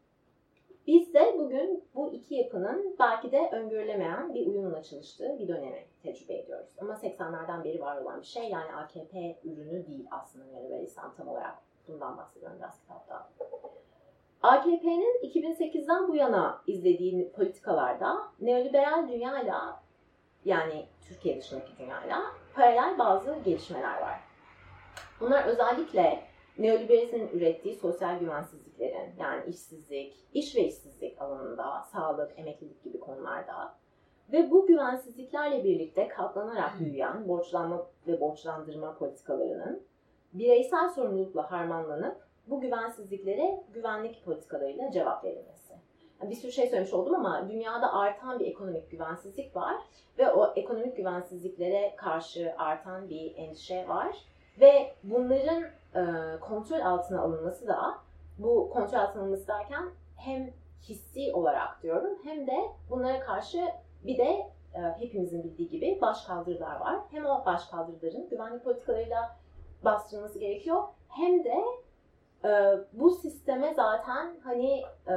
S3: Biz de bugün bu iki yapının belki de öngörülemeyen bir uyumla çalıştığı bir dönemi tecrübe ediyoruz. Ama seksenlerden beri var olan bir şey. Yani A K P ürünü değil aslında neoliberal İslam tam olarak. Bundan bahsediyorum biraz kitapta. A K P'nin iki bin sekizden bu yana izlediği politikalarda neoliberal dünyayla yani Türkiye dışındaki dünyayla paralel bazı gelişmeler var. Bunlar özellikle neoliberalizmin ürettiği sosyal güvensizliklerin yani işsizlik, iş ve işsizlik alanında, sağlık, emeklilik gibi konularda ve bu güvensizliklerle birlikte katlanarak büyüyen borçlanma ve borçlandırma politikalarının bireysel sorumlulukla harmanlanıp bu güvensizliklere güvenlik politikalarıyla cevap verilmesi. bir sürü şey söylemiş oldum ama dünyada artan bir ekonomik güvensizlik var ve o ekonomik güvensizliklere karşı artan bir endişe var ve bunların e, kontrol altına alınması da, bu kontrol altına alınması derken hem hissi olarak diyorum hem de bunlara karşı bir de e, hepimizin bildiği gibi başkaldırılar var. Hem o başkaldırıların güvenlik politikalarıyla bastırılması gerekiyor hem de e, bu sisteme zaten hani e,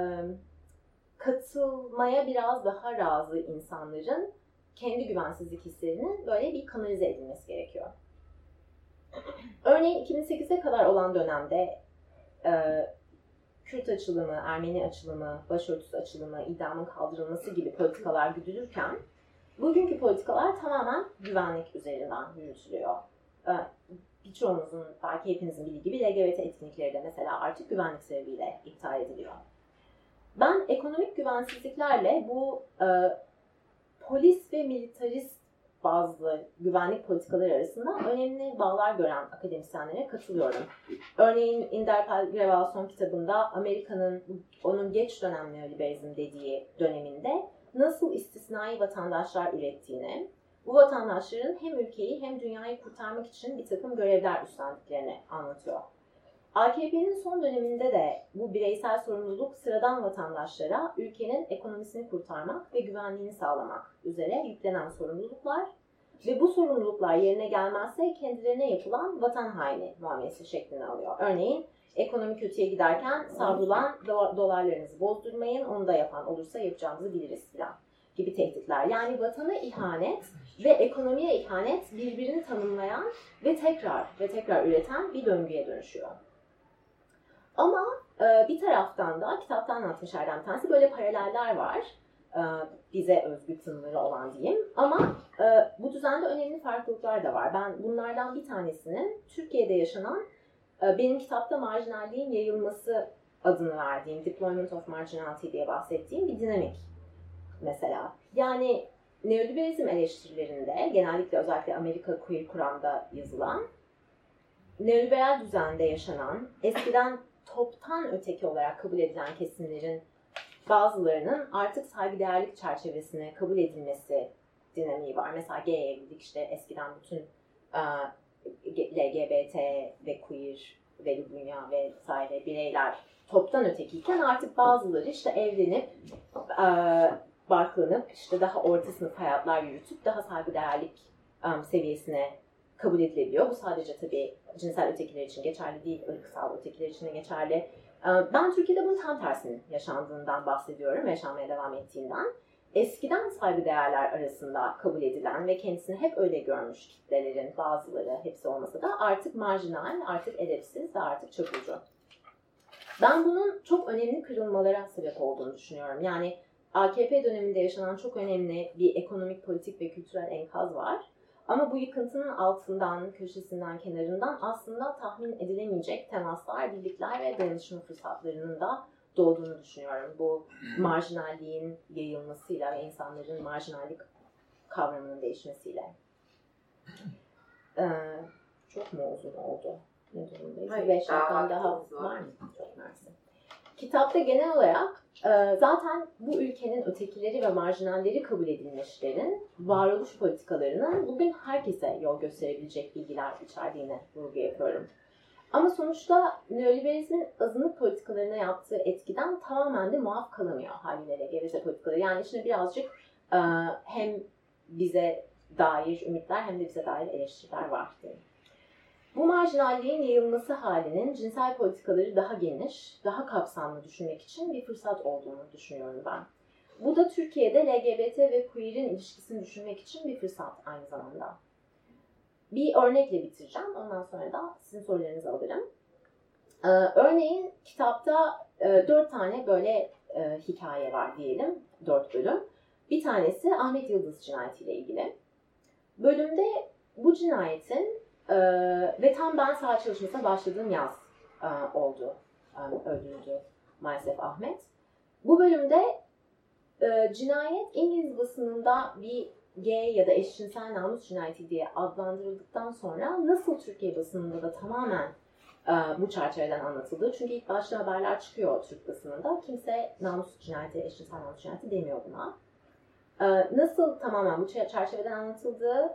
S3: katılmaya biraz daha razı insanların kendi güvensizlik hislerinin böyle bir kanalize edilmesi gerekiyor. Örneğin iki bin sekize kadar olan dönemde e, Kürt açılımı, Ermeni açılımı, başörtüsü açılımı, idamın kaldırılması gibi politikalar güdülürken bugünkü politikalar tamamen güvenlik üzerinden yürütülüyor. E, birçoğunuzun, belki hepinizin bildiği gibi L G B T etkinlikleri de mesela artık güvenlik sebebiyle iptal ediliyor. Ben ekonomik güvensizliklerle bu e, polis ve militarist bazı güvenlik politikaları arasında önemli bağlar gören akademisyenlere katılıyorum. Örneğin Inderpel Greval son kitabında Amerika'nın onun geç dönem neoliberalizm dediği döneminde nasıl istisnai vatandaşlar ürettiğini, bu vatandaşların hem ülkeyi hem dünyayı kurtarmak için bir takım görevler üstlendiklerini anlatıyor. A K P'nin son döneminde de bu bireysel sorumluluk sıradan vatandaşlara ülkenin ekonomisini kurtarmak ve güvenliğini sağlamak üzere yüklenen sorumluluklar ve bu sorumluluklar yerine gelmezse kendilerine yapılan vatan haini muamelesi şeklini alıyor. Örneğin ekonomi kötüye giderken savrulan do- dolarlarınızı bozdurmayın, onu da yapan olursa yapacağımızı biliriz falan gibi tehditler. Yani vatana ihanet ve ekonomiye ihanet birbirini tanımlayan ve tekrar ve tekrar üreten bir döngüye dönüşüyor. Ama e, bir taraftan da kitapta anlatmış Erdem bir tanesi böyle paraleller var. E, bize özgü tınıları olan diyeyim. Ama e, bu düzende önemli farklılıklar da var. Ben bunlardan bir tanesinin Türkiye'de yaşanan e, benim kitapta marjinalliğin yayılması adını verdiğim, Deployment of Marginality diye bahsettiğim bir dinamik mesela. Yani neoliberalizm eleştirilerinde, genellikle özellikle Amerika Queer Kuram'da yazılan, neoliberal düzende yaşanan, eskiden toptan öteki olarak kabul edilen kesimlerin bazılarının artık saygıdeğerlik çerçevesine kabul edilmesi dinamiği var. Mesela gay evlilik, işte eskiden bütün uh, L G B T ve queer ve Lubunya vesaire bireyler toptan ötekiyken artık bazıları işte evlenip uh, barklanıp işte daha orta sınıf hayatlar yürütüp daha saygıdeğerlik um, seviyesine kabul edilebiliyor. Bu sadece tabii cinsel ötekiler için geçerli değil, ırksal ötekiler için de geçerli. Ben Türkiye'de bunun tam tersinin yaşandığından bahsediyorum, yaşanmaya devam ettiğinden. Eskiden saygıdeğerler arasında kabul edilen ve kendisini hep öyle görmüş kitlelerin bazıları, hepsi olmasa da artık marjinal, artık edepsiz ve artık çapulcu. Ben bunun çok önemli kırılmalara sebep olduğunu düşünüyorum. Yani A K P döneminde yaşanan çok önemli bir ekonomik, politik ve kültürel enkaz var. Ama bu yıkıntının altından, köşesinden, kenarından aslında tahmin edilemeyecek temaslar, birlikler ve dayanışma fırsatlarının da doğduğunu düşünüyorum. Bu marjinalliğin yayılmasıyla ve insanların marjinallik kavramının değişmesiyle. Ee, çok mu uzun oldu? Ne durumdayız?
S5: Hayır,
S3: Beş
S5: daha
S3: dakikam daha
S5: vaktimiz var.
S3: var mı? Çok mersi. Kitapta genel olarak e, zaten bu ülkenin ötekileri ve marjinalleri kabul edilmişlerin varoluş politikalarının bugün herkese yol gösterebilecek bilgiler içerdiğine vurgu yapıyorum. Ama sonuçta neoliberalizmin azınlık politikalarına yaptığı etkiden tamamen de muaf kalamıyor haliyle L G B T politikaları. Yani içinde birazcık e, hem bize dair ümitler hem de bize dair eleştiriler var diyeyim. Bu marjinalliğin yayılması halinin cinsel politikaları daha geniş, daha kapsamlı düşünmek için bir fırsat olduğunu düşünüyorum ben. Bu da Türkiye'de L G B T ve queer'in ilişkisini düşünmek için bir fırsat aynı zamanda. Bir örnekle bitireceğim, ondan sonra da sizin sorularınızı alırım. Ee, örneğin kitapta e, dört tane böyle e, hikaye var diyelim, dört bölüm. Bir tanesi Ahmet Yıldız cinayetiyle ilgili. Bölümde bu cinayetin Ee, ve tam ben saha çalışmasına başladığım yaz e, oldu. E, öldürüldü maalesef Ahmet. Bu bölümde e, cinayet İngiliz basınında bir gay ya da eşcinsel namus cinayeti diye adlandırıldıktan sonra nasıl Türkiye basınında da tamamen bu çerçeveden anlatıldığı. Çünkü ilk başta haberler çıkıyor Türk basınında. Kimse namus cinayeti, eşcinsel namus cinayeti demiyor buna. Nasıl tamamen bu çerçeveden anlatıldığı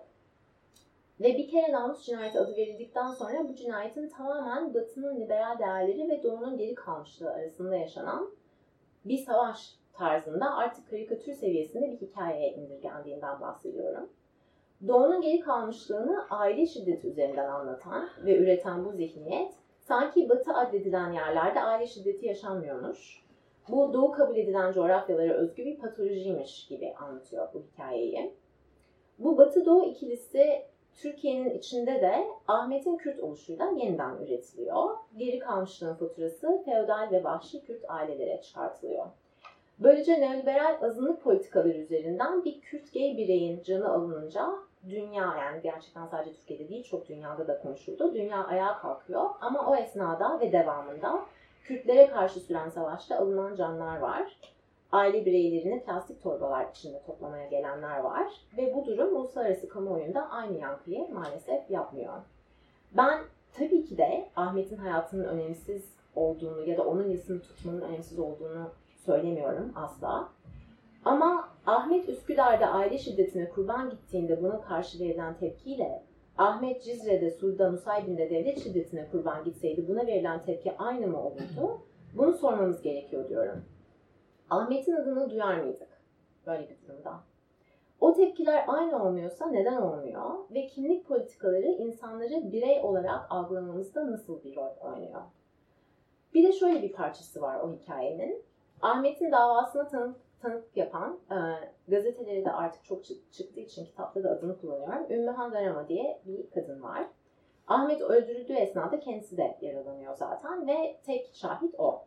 S3: ve bir kere namus cinayeti adı verildikten sonra bu cinayetin tamamen Batı'nın liberal değerleri ve Doğu'nun geri kalmışlığı arasında yaşanan bir savaş tarzında artık karikatür seviyesinde bir hikayeye indirgendiğinden bahsediyorum. Doğu'nun geri kalmışlığını aile şiddeti üzerinden anlatan ve üreten bu zihniyet, sanki Batı addedilen yerlerde aile şiddeti yaşanmıyormuş. Bu Doğu kabul edilen coğrafyalara özgü bir patolojiymiş gibi anlatıyor bu hikayeyi. Bu Batı-Doğu ikilisi Türkiye'nin içinde de Ahmet'in Kürt oluşuyla yeniden üretiliyor. Geri kalmışlığın faturası feodal ve vahşi Kürt ailelere çıkartılıyor. Böylece neoliberal azınlık politikaları üzerinden bir Kürt gay bireyin canı alınınca dünya, yani gerçekten sadece Türkiye'de değil çok dünyada da konuşuldu. Dünya ayağa kalkıyor ama o esnada ve devamında Kürtlere karşı süren savaşta alınan canlar var. Aile bireylerini plastik torbalar içinde toplamaya gelenler var. Ve bu durum uluslararası kamuoyunda aynı yankıyı maalesef yapmıyor. Ben tabii ki de Ahmet'in hayatının önemsiz olduğunu ya da onun yazısını tutmanın önemsiz olduğunu söylemiyorum asla. Ama Ahmet Üsküdar'da aile şiddetine kurban gittiğinde buna karşı verilen tepkiyle Ahmet Cizre'de, Suud'da, Nusaybin'de devlet şiddetine kurban gitseydi buna verilen tepki aynı mı olurdu? Bunu sormamız gerekiyor diyorum. Ahmet'in adını duyar mıydık böyle bir durumda? O tepkiler aynı olmuyorsa neden olmuyor? Ve kimlik politikaları insanları birey olarak algılamamızda nasıl bir rol oynuyor? Bir de şöyle bir parçası var o hikayenin. Ahmet'in davasına tanık, tanıklık yapan, e, gazeteleri de artık çok çıktığı için kitapta da adını kullanıyorum. Ümmühan Darama diye bir kadın var. Ahmet öldürüldüğü esnada kendisi de yaralanıyor zaten ve tek şahit o.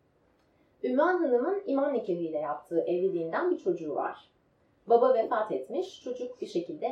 S3: Ümmühan Hanım'ın imam nikahıyla yaptığı evliliğinden bir çocuğu var. Baba vefat etmiş, çocuk bir şekilde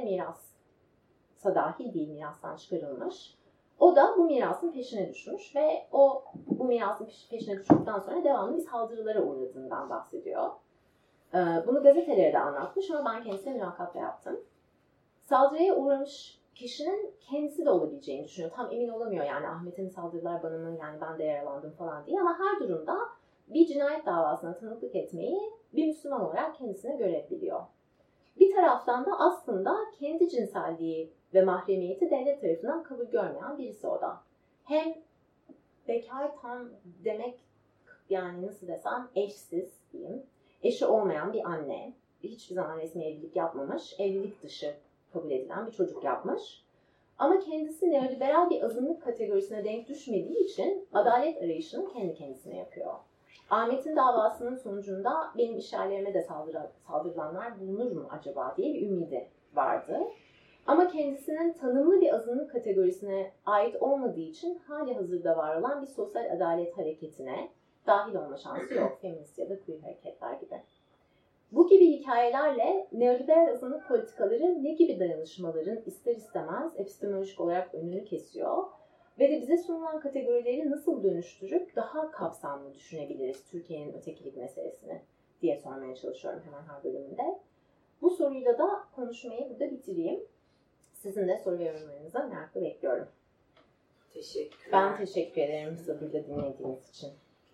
S3: mirasa dahil değil, mirastan çıkarılmış. O da bu mirasın peşine düşmüş ve o bu mirasın peşine düştükten sonra devamlı bir saldırılara uğradığından bahsediyor. Bunu gazetelere de anlatmış ama ben kendisine mülakatla yaptım. Saldırıya uğramış kişinin kendisi de olabileceğini düşünüyor. Tam emin olamıyor yani Ahmet'in saldırılar bana mı, yani ben de yaralandım falan diye, ama her durumda bir cinayet davasına tanıklık etmeyi bir Müslüman olarak kendisine görebiliyor. Bir taraftan da aslında kendi cinselliği ve mahremiyeti devlet tarafından kabul görmeyen birisi o da. Hem bekar tam demek, yani nasıl desem, eşsiz diyeyim. Eşi olmayan bir anne, hiçbir zaman resmi evlilik yapmamış, evlilik dışı kabul edilen bir çocuk yapmış. Ama kendisi neoliberal bir azınlık kategorisine denk düşmediği için adalet arayışını kendi kendisine yapıyor. Ahmet'in davasının sonucunda benim iş yerlerime de saldırı, saldırılanlar bulunur mu acaba diye bir ümidi vardı. Ama kendisinin tanımlı bir azınlık kategorisine ait olmadığı için hali hazırda var olan bir sosyal adalet hareketine dahil olma şansı yok. Feminist ya da queer hareketler gibi. Bu gibi hikayelerle neoliberal azınlık politikaları ne gibi dayanışmaların ister istemez epistemolojik olarak önünü kesiyor ve de bize sunulan kategorileri nasıl dönüştürüp daha kapsamlı düşünebiliriz Türkiye'nin ötekilik meselesini diye sormaya çalışıyorum hemen her bölümünde. Bu soruyla da konuşmayı burada bitireyim. Sizin de soru ve yorumlarınızı merakla bekliyorum.
S5: Teşekkürler.
S3: Ben teşekkür ederim sabırla dinlediğiniz için.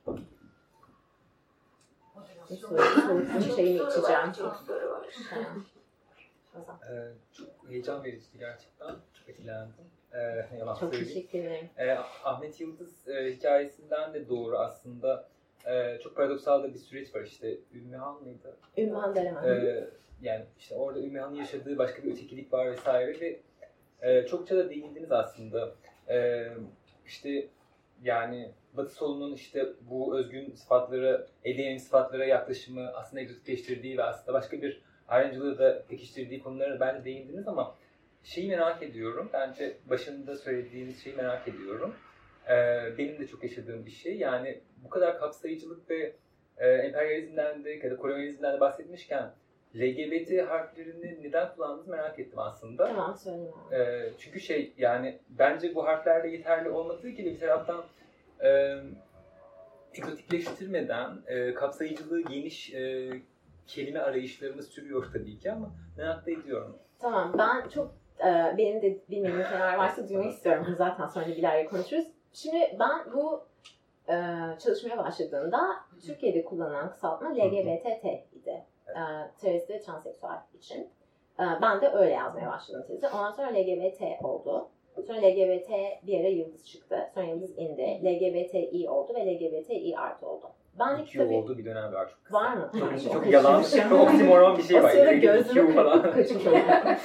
S3: Bir soru, soğutun çayını içeceğim.
S5: Çok soru var.
S7: Ee, çok heyecan vericiydi gerçekten. Çok etkilendim. Ee, yalan
S3: Çok
S7: söyleyeyim.
S3: teşekkür ederim.
S7: Ee, Ahmet Yıldız e, hikayesinden de doğru aslında. Ee, çok paradoksal da bir süreç var işte. Ümmühan mıydı?
S3: Ümmühan Darama.
S7: Ee, yani işte orada Ümmühan'ın yaşadığı başka bir ötekilik var vesaire ve e, çokça da değindiniz aslında. Ee, işte yani Batı solunun işte bu özgün sıfatlara, edeyim sıfatlara yaklaşımı aslında egzotikleştirdiği ve aslında başka bir ayrımcılığı da pekiştirdiği konulara bence değindiniz ama şeyi merak ediyorum. Bence başında söylediğiniz şeyi merak ediyorum. Ee, benim de çok yaşadığım bir şey. Yani bu kadar kapsayıcılık ve e, emperyalizmden de ya da kolonyalizmden de bahsetmişken L G B T harflerini neden kullandığınızı merak ettim aslında.
S3: Tamam, söyleyeyim.
S7: Ee, çünkü şey yani bence bu harflerle yeterli olmadığı gibi bir taraftan e, egzotikleştirmeden e, kapsayıcılığı geniş e, kelime arayışlarımız sürüyor tabii ki ama merak da ediyorum.
S3: Tamam, ben çok e, benim de bilmediğim şeyler varsa duymak istiyorum. Zaten sonra bir ileride konuşuruz. Şimdi ben bu e, çalışmaya başladığımda Türkiye'de kullanılan kısaltma L G B T T idi. E, travesti ve transseksüel için. E, ben de öyle yazmaya başladım tezi. Ondan sonra L G B T oldu. Sonra L G B T bir ara yıldız çıktı. Sonra yıldız indi. L G B T İ oldu ve L G B T İ artı oldu. Ben de
S7: Q olduğu bir dönem var çok kısa.
S3: Var mı?
S7: Çok,
S3: Ha,
S7: çok,
S3: çok
S7: yalan,
S3: kaçırmışım.
S7: çok oksimoron bir şey var.
S3: O sırada
S7: İleri gidip
S3: gözümü
S7: Q falan.
S3: kaçırmışım.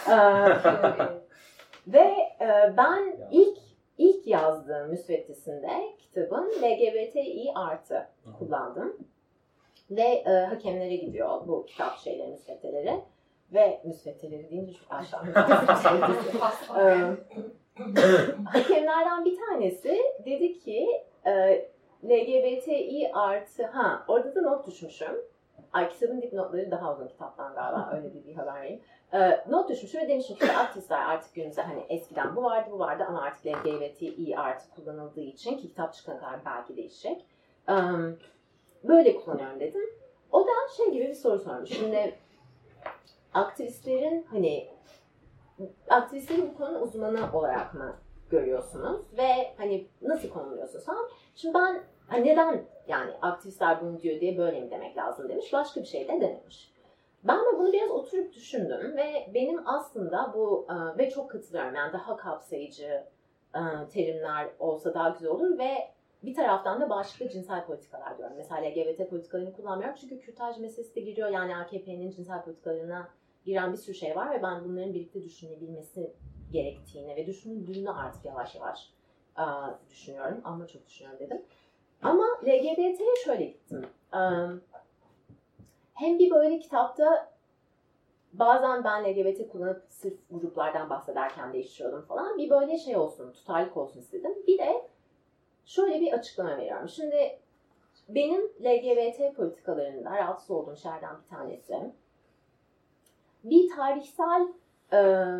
S3: Ve e, ben ilk ilk yazdığım müsveddesinde kitabın L G B T İ artı kullandım. Ve e, hakemlere gidiyor bu kitap şeyleri, müsveddeleri. Ve müsveddeleri deyince çok aşağı. e, hakemlerden bir tanesi dedi ki e, L G B T İ artı, ha orada da not düşmüşüm. Ay, kitabın dipnotları daha uzun kitaptan galiba, öyle bir, bir haber vereyim. E, not düşmüşüm ve demişim ki aktivistler artık günümüzde hani eskiden bu vardı bu vardı ama artık L G B T İ artı kullanıldığı için ki kitap çıkana kadar belki değişecek. E, böyle kullanıyorum dedim. O da şey gibi bir soru sormuş. Şimdi aktivistlerin hani aktivistlerin bu konunun uzmanı olarak mı görüyorsunuz ve hani nasıl konumluyorsunuz falan. Şimdi ben hani neden yani aktivistler bunu diyor diye böyle mi demek lazım demiş. Başka bir şey de dememiş. Ben de bunu biraz oturup düşündüm ve benim aslında bu ve çok katılıyorum yani daha kapsayıcı terimler olsa daha güzel olur ve bir taraftan da başlıklı cinsel politikalar diyorum. Mesela L G B T politikalarını kullanmıyorum çünkü kürtaj meselesi de giriyor yani A K P'nin cinsel politikalarına giren bir sürü şey var ve ben bunların birlikte düşünülebilmesi gerektiğini ve düşünüldüğünü artık yavaş yavaş uh, düşünüyorum. Ama çok düşünüyorum dedim. Ama L G B T'ye şöyle gittim. Um, hem bir böyle kitapta bazen ben L G B T kullanıp sırf gruplardan bahsederken değiştiriyordum falan. Bir böyle şey olsun, tutarlılık olsun istedim. Bir de şöyle bir açıklama veriyorum. Şimdi benim L G B T politikalarında rahatsız olduğum şeylerden bir tanesi bir tarihsel e,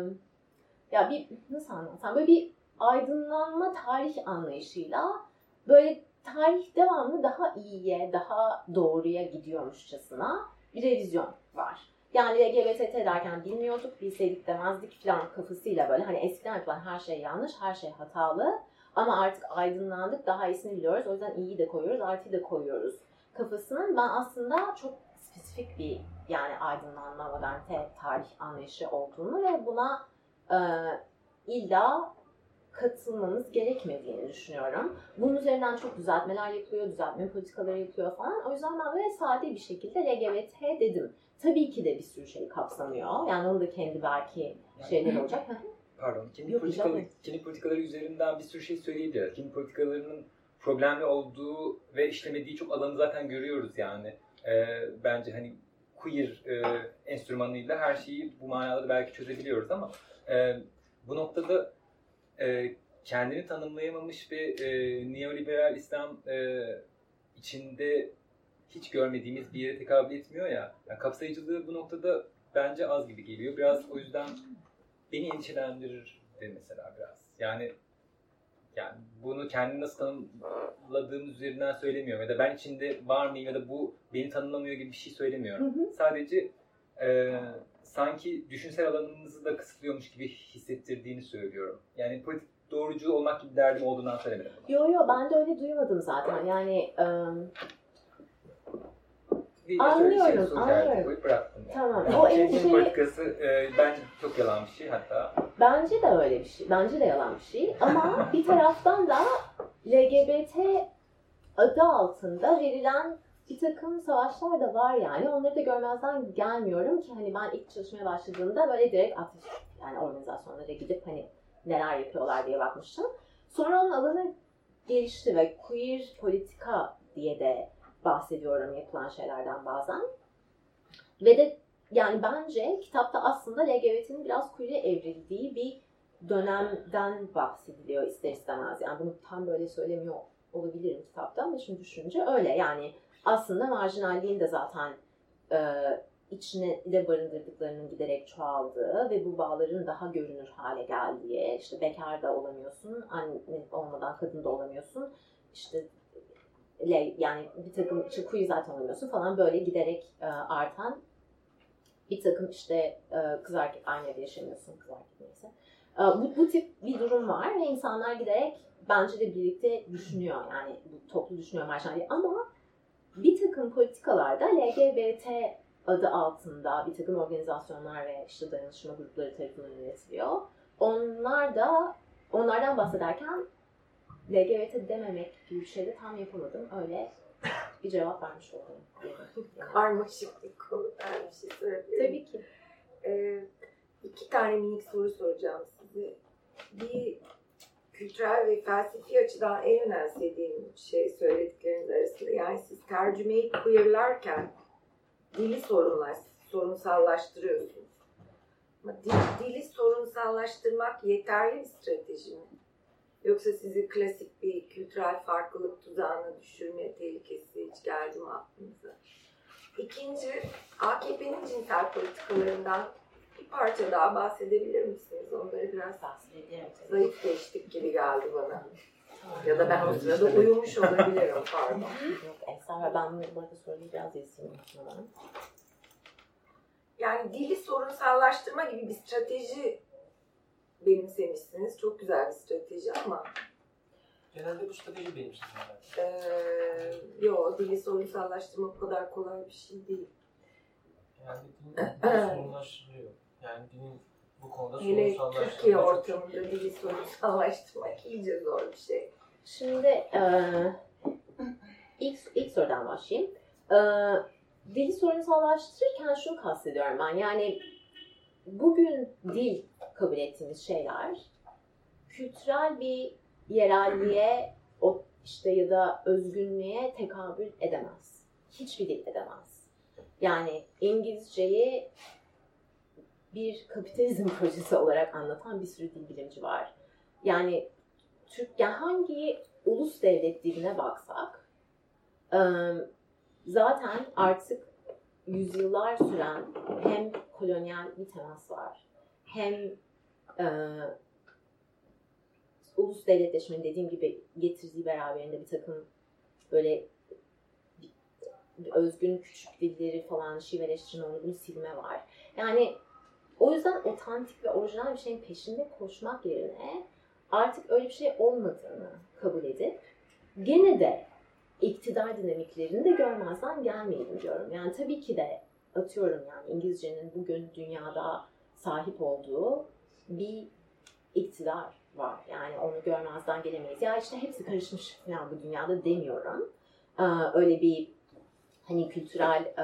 S3: ya bir nasıl anlatsam böyle bir aydınlanma tarih anlayışıyla böyle tarih devamlı daha iyiye, daha doğruya gidiyormuşçasına bir revizyon var. Yani L G B T derken bilmiyorduk, bilseydik demezdik falan kafasıyla böyle hani eskiden yapılan her şey yanlış, her şey hatalı ama artık aydınlandık, daha iyisini biliyoruz. O yüzden iyiyi de koyuyoruz, artıyı da koyuyoruz kafasının ben aslında çok spesifik bir yani aydınlanma, modernite, tarih anlayışı olduğunu ve buna e, illa katılmamız gerekmediğini düşünüyorum. Bunun üzerinden çok düzeltmeler yapılıyor, düzeltme politikaları yapılıyor falan. O yüzden ben böyle sade bir şekilde L G B T dedim. Tabii ki de bir sürü şey kapsamıyor. Yani onun da kendi belki şeyleri olacak.
S7: Pardon, kendi,
S3: Yok,
S7: politikaları, kendi politikaları üzerinden bir sürü şey söyleyebiliriz. Kendi politikalarının problemli olduğu ve işlemediği çok alanı zaten görüyoruz yani. Ee, bence hani queer e, enstrümanıyla her şeyi bu manada belki çözebiliyoruz ama e, bu noktada e, kendini tanımlayamamış ve e, neoliberal İslam e, içinde hiç görmediğimiz bir yere tekabül etmiyor ya. Yani kapsayıcılığı bu noktada bence az gibi geliyor. Biraz o yüzden beni endişelendirir de mesela biraz. Yani yani bunu kendini nasıl tanımladığım üzerinden söylemiyorum ya da ben içinde var mıyım ya da bu beni tanımlamıyor gibi bir şey söylemiyorum. Hı hı. Sadece e, sanki düşünsel alanımızı da kısıtlıyormuş gibi hissettirdiğini söylüyorum. Yani politik doğrucu olmak gibi derdim olduğundan söylemedim.
S3: Yo yo ben de öyle duymadım zaten. Yani um... anlıyorum, anlıyorum.
S7: Bıraktım yani.
S3: Tamam.
S7: Yani
S3: o
S7: endişeyi... politikası e, bence çok yalan bir şey hatta.
S3: Bence de öyle bir şey. Bence de yalan bir şey. Ama bir taraftan da L G B T adı altında verilen bir takım savaşlar da var yani. Onları da görmezden gelmiyorum ki hani ben ilk çalışmaya başladığımda böyle direkt aktif yani organizasyonlara gidip hani neler yapıyorlar diye bakmıştım. Sonra onun alanı gelişti ve queer politika diye de bahsediyorum yapılan şeylerden bazen. Ve de yani bence kitapta aslında L G B T'nin biraz queer'e evrildiği bir dönemden bahsediliyor ister istemez. Yani bunu tam böyle söylemiyor olabilirim kitapta ama şimdi düşününce öyle. Yani aslında marjinalliğin de zaten e, içine de barındırdıklarının giderek çoğaldığı ve bu bağların daha görünür hale geldiği, işte bekar da olamıyorsun, anne olmadan kadın da olamıyorsun, işte yani bir takım işte queer zaten olamıyorsun falan böyle giderek e, artan bir takım işte e, kız erkek aynı evde yaşamıyorsun, kız erkek neyse. E, bu, bu tip bir durum var ve insanlar giderek bence de birlikte düşünüyor. Yani bu toplu düşünüyor Marşan. Ama bir takım politikalarda L G B T adı altında bir takım organizasyonlar ve işte dayanışma grupları tarafından yönetiliyor. Onlar da onlardan bahsederken L G B T dememek gibi bir şey de tam yapamadım. Öyle bir cevap vermiş oldum.
S5: Yani. Karmaşık bir konu. Ben bir şey söyleyeyim.
S3: Tabii ki.
S5: Ee, iki tane minik soru soracağım size. Bir kültürel ve felsefi açıdan en önemsediğim şey söyledikleriniz arasında. Yani siz tercümeyi queerlarken dili sorunlaş, sorunsallaştırıyorsunuz. Ama dil, dili sorunsallaştırmak yeterli bir strateji mi? Yoksa sizi klasik bir kültürel farklılık tuzağına düşürme tehlikesi hiç geldi mi aklınıza? İkinci, A K P'nin cinsel politikalarından bir parça daha bahsedebilir misiniz? Onları biraz zayıf geçtik gibi geldi bana. Ya da ben o sırada uyumuş olabilirim, pardon.
S3: Yok, Esra, ben bunu burada soruyu biraz yazayım.
S5: Yani dili sorunsallaştırma gibi bir strateji benimsemişsiniz. Çok güzel bir strateji ama...
S4: Genelde bu strateji benimsiniz.
S5: Ee, yok, dili sorunsallaştırma o kadar kolay bir şey değil.
S4: Yani dilin sorunlaştırıyor. Yani dilin bu konuda
S5: hele
S4: sorunsallaştırıyor.
S5: Türkiye ortamında dili sorunsallaştırmak iyice zor bir şey.
S3: Şimdi e, ilk, ilk sorudan başlayayım. E, dili sorunsallaştırırken şunu kastediyorum ben. Yani bugün dil kabul ettiğimiz şeyler kültürel bir yerelliğe o işte ya da özgünlüğe tekabül edemez. Hiçbir dil edemez. Yani İngilizceyi bir kapitalizm projesi olarak anlatan bir sürü dil bilimci var. Yani Türk, yani hangi ulus devlet diline baksak zaten artık yüzyıllar süren hem kolonyal bir temas var, hem e, ulus devletleşmenin dediğim gibi getirdiği beraberinde bir takım böyle bir, bir özgün küçük dilleri falan, şiveleştirme, onu bunu silme var. Yani o yüzden otantik ve orijinal bir şeyin peşinde koşmak yerine artık öyle bir şey olmadığını kabul edip gene de iktidar dinamiklerini de görmezden gelmeyelim diyorum. Yani tabii ki de atıyorum yani İngilizcenin bugün dünyada sahip olduğu bir iktidar var. Yani onu görmezden gelemeyiz. Ya işte hepsi karışmış falan bu dünyada demiyorum. Ee, öyle bir hani kültürel e,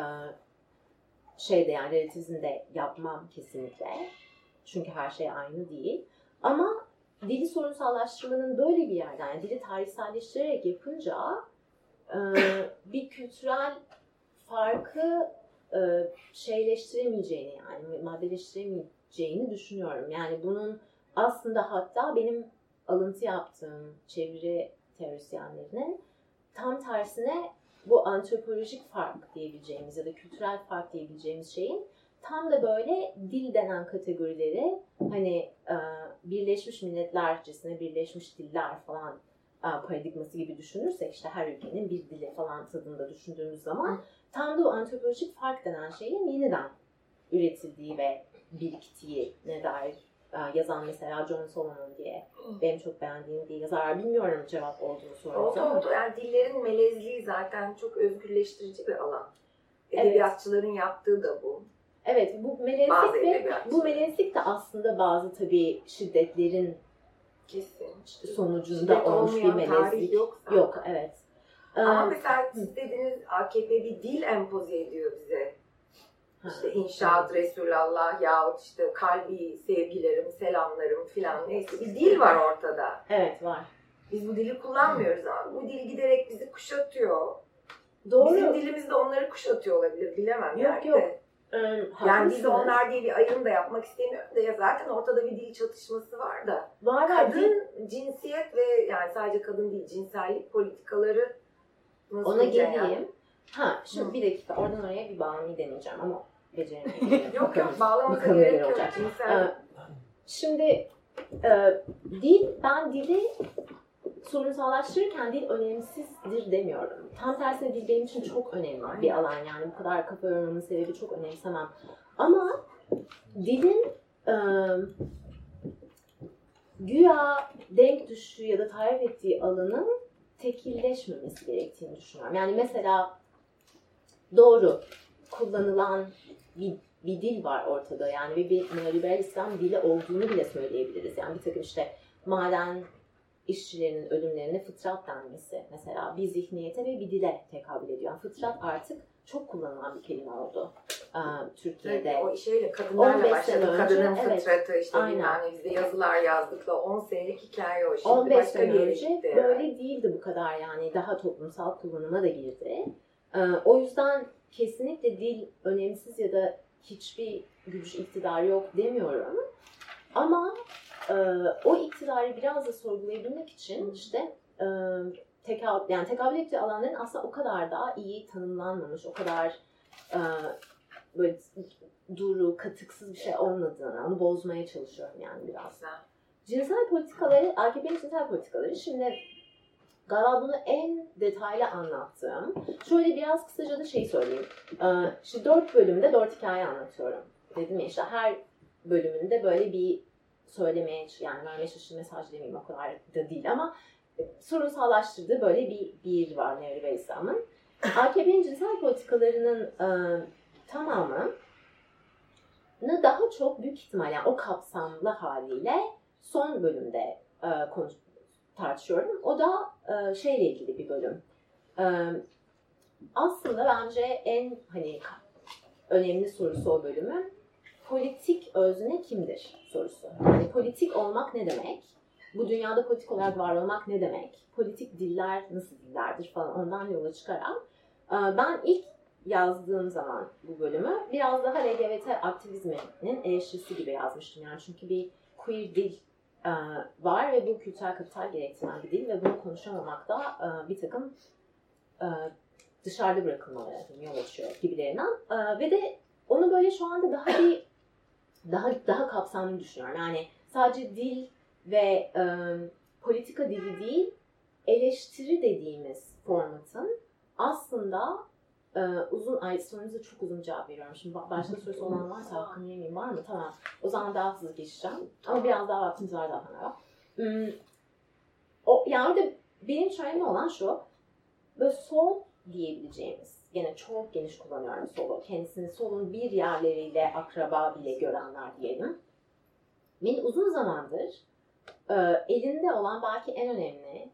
S3: şeyde yani relativizm de yapmam kesinlikle. Çünkü her şey aynı değil. Ama dili sorunsallaştırmanın böyle bir yerden, yani dili tarihselleştirerek yapınca e, bir kültürel farkı e, şeyleştiremeyeceğini, yani maddeleştiremeyeceğini düşünüyorum. Yani bunun aslında hatta benim alıntı yaptığım çeviri teorisyenlerinin tam tersine bu antropolojik fark diyebileceğimiz ya da kültürel fark diyebileceğimiz şeyin tam da böyle dil denen kategorileri hani e, Birleşmiş Milletlercesine Birleşmiş Diller falan e, paradigması gibi düşünürsek işte her ülkenin bir dili falan tadında düşündüğümüz zaman tam da o antropolojik fark denen şeyin yeniden üretildiği ve biriktiğine dair e, yazan mesela John Solomon diye benim çok beğendiğim bir yazar. Bilmiyorum cevap olduğunu soruyoruz ama.
S5: Oldu oldu. Yani dillerin melezliği zaten çok özgürleştirici bir alan. Edebiyatçıların evet. yaptığı da bu.
S3: Evet, bu melezlik ve bu melezlik de aslında bazı tabii şiddetlerin
S5: kesin
S3: işte sonucunda şiddet olmuş bir melezlik.
S5: Yok,
S3: yok, evet.
S5: Ama um, mesela siz dediniz A K P bir dil empoze ediyor bize. İşte inşaat Resulallah yahut işte kalbi sevgilerim, selamlarım filan neyse bir dil var ortada.
S3: Evet, var.
S5: Biz bu dili kullanmıyoruz ama bu dil giderek bizi kuşatıyor.
S3: Doğru.
S5: Bizim dilimiz de onları kuşatıyor olabilir, bilemem.
S3: Yok yok.
S5: Ee, yani biz onlar diye bir ayrım da yapmak istemiyorum da ya zaten ortada bir dil çatışması var da.
S3: Var
S5: kadın
S3: değil.
S5: cinsiyet ve yani sadece kadın değil cinsellik politikaları nasıl
S3: ona geleyim.
S5: Yani?
S3: Ha şimdi Hı. bir dakika oradan oraya bir bağlamayı deneyeceğim ama beceremeyeceğim.
S5: yok yok bağlamada gerek yok.
S3: Ee, şimdi e, dil ben dili sorunsallaştırırken dil önemsizdir demiyorum. Tam tersine dil benim için çok önemli bir alan yani bu kadar kafa yormamın sebebi çok önemsemem. Ama dilin e, güya denk düştüğü ya da tarif ettiği alanın tekilleşmemesi gerektiğini düşünüyorum. Yani mesela doğru kullanılan bir, bir dil var ortada. Yani bir, bir neoliberal İslam dili olduğunu bile söyleyebiliriz. Yani bir takım işte maden işçilerinin ölümlerine fıtrat denmesi mesela bir zihniyete ve bir dile tekabül ediyor. Yani fıtrat artık çok kullanılan bir kelime oldu ee, Türkiye'de.
S5: Evet, o şeyle kadınlarla başladı. Kadının
S3: evet,
S5: fıtratı işte bilmem ne bizde yazılar yazdık da on senelik hikaye o. Şimdi başka bir yere gitti.
S3: Böyle değildi bu kadar yani daha toplumsal kullanıma da girdi. Ee, o yüzden kesinlikle dil önemsiz ya da hiçbir güç iktidarı yok demiyorum. Ama e, o iktidarı biraz da sorgulayabilmek için işte e, tekabül, yani tekabül ettiği alanların aslında o kadar da iyi tanımlanmamış, o kadar e, böyle duru, katıksız bir şey olmadığını, onu bozmaya çalışıyorum yani biraz. Cinsel politikaları, A K P'nin cinsel politikaları şimdi galiba bunu en detaylı anlattığım. Şöyle biraz kısaca da şey söyleyeyim. Ee, işte dört bölümde dört hikaye anlatıyorum. Dedim ya işte her bölümünde böyle bir söylemeye, yani vermeye çalıştığım mesaj demeyeyim o kadar da değil ama sorunsallaştırdığı böyle bir, bir var neoliberal İslam'ın. A K P'nin cinsel politikalarının e, tamamı daha çok büyük ihtimal yani o kapsamlı haliyle son bölümde e, konuş tartışıyorum. O da e, şeyle ilgili bir bölüm. E, aslında bence en hani önemli sorusu o bölümün politik özne kimdir sorusu. Yani politik olmak ne demek? Bu dünyada politik olarak var olmak ne demek? Politik diller nasıl dillerdir falan ondan yola çıkarak e, ben ilk yazdığım zaman bu bölümü biraz daha L G B T aktivizminin eleştirisi gibi yazmıştım. Yani çünkü bir queer dil var ve bu kültürel kapital gerektiren bir dil ve bunu konuşamamak da bir takım dışarıda bırakılmalara yol açıyor gibilerinden. Ve de onu böyle şu anda daha bir daha daha kapsamlı düşünüyorum. Yani sadece dil ve politika dili değil, eleştiri dediğimiz formatın aslında uzun, ay sorunuza çok uzun cevap veriyorum. Şimdi başka sorusu olan varsa hakkını yemeyeyim, var mı? Tamam. O zaman daha hızlı geçeceğim. Ama biraz daha vaktimiz var daha sonra. Hmm. O, yani orada benim için önemli olan şu, böyle sol diyebileceğimiz, gene çok geniş kullanıyorum solu, kendisini solun bir yerleriyle akraba bile görenler diyelim. Benim uzun zamandır e, elinde olan belki en önemli,